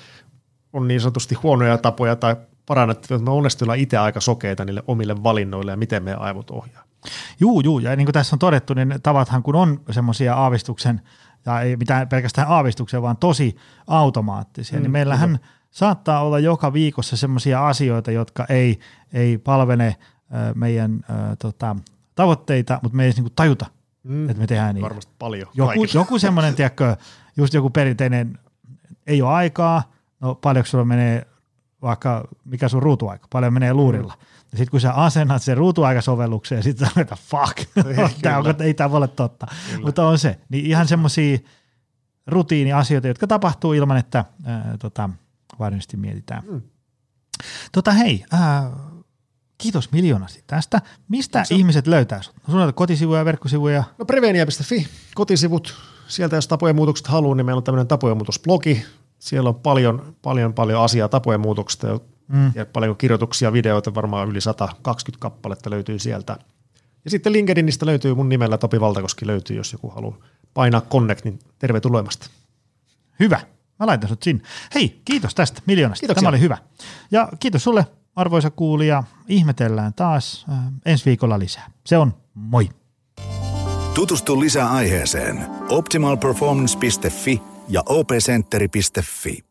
on niin sanotusti huonoja tapoja tai parannettavia, että me onnistuillaan itse aika sokeita niille omille valinnoille ja miten meidän aivot ohjaa. Juu, juu, ja niin kuin tässä on todettu, niin tavathan kun on semmoisia aavistuksen ja ei mitään pelkästään aavistuksia, vaan tosi automaattisia, mm, niin meillähän kyllä saattaa olla joka viikossa semmoisia asioita, jotka ei, ei palvele äh, meidän äh, tota, tavoitteita, mutta me ei edes niinku tajuta, mm, että me tehdään niin. Varmasti paljon. Joku, joku semmoinen, tiedätkö, just joku perinteinen, ei ole aikaa, no paljonko sulla menee, vaikka mikä sun ruutuaika, paljon menee luurilla. Mm. Ja sitten kun sä asennat sen ruutuaikasovellukseen, sitten sä sanoit, fuck, tämä on, ei tämä voi olla totta. Kyllä. Mutta on se. Niin ihan semmoisia rutiiniasioita, jotka tapahtuu ilman, että ää, tota, varmasti mietitään. Mm. Tota hei, ää, kiitos miljoonasti tästä. Mistä se ihmiset löytää sut? Sun on kotisivuja ja verkkosivuja? No prevenia piste fi, kotisivut. Sieltä jos tapojen muutokset haluaa, niin meillä on tämmöinen tapojen muutosblogi. Siellä on paljon, paljon, paljon asiaa tapojen muutoksesta mm. ja paljon kirjoituksia, videoita, varmaan yli sata kaksikymmentä kappaletta löytyy sieltä. Ja sitten LinkedInistä löytyy mun nimellä, Topi Valtakoski löytyy, jos joku haluaa painaa connect, niin tervetulemasta. Hyvä, mä laitan sut sinne. Hei, kiitos tästä miljoonasta, Kiitoksia. Tämä oli hyvä. Ja kiitos sulle, arvoisa kuulija, ihmetellään taas äh, ensi viikolla lisää. Se on moi. Tutustu lisää aiheeseen optimal performance piste fi ja o p centeri piste fi.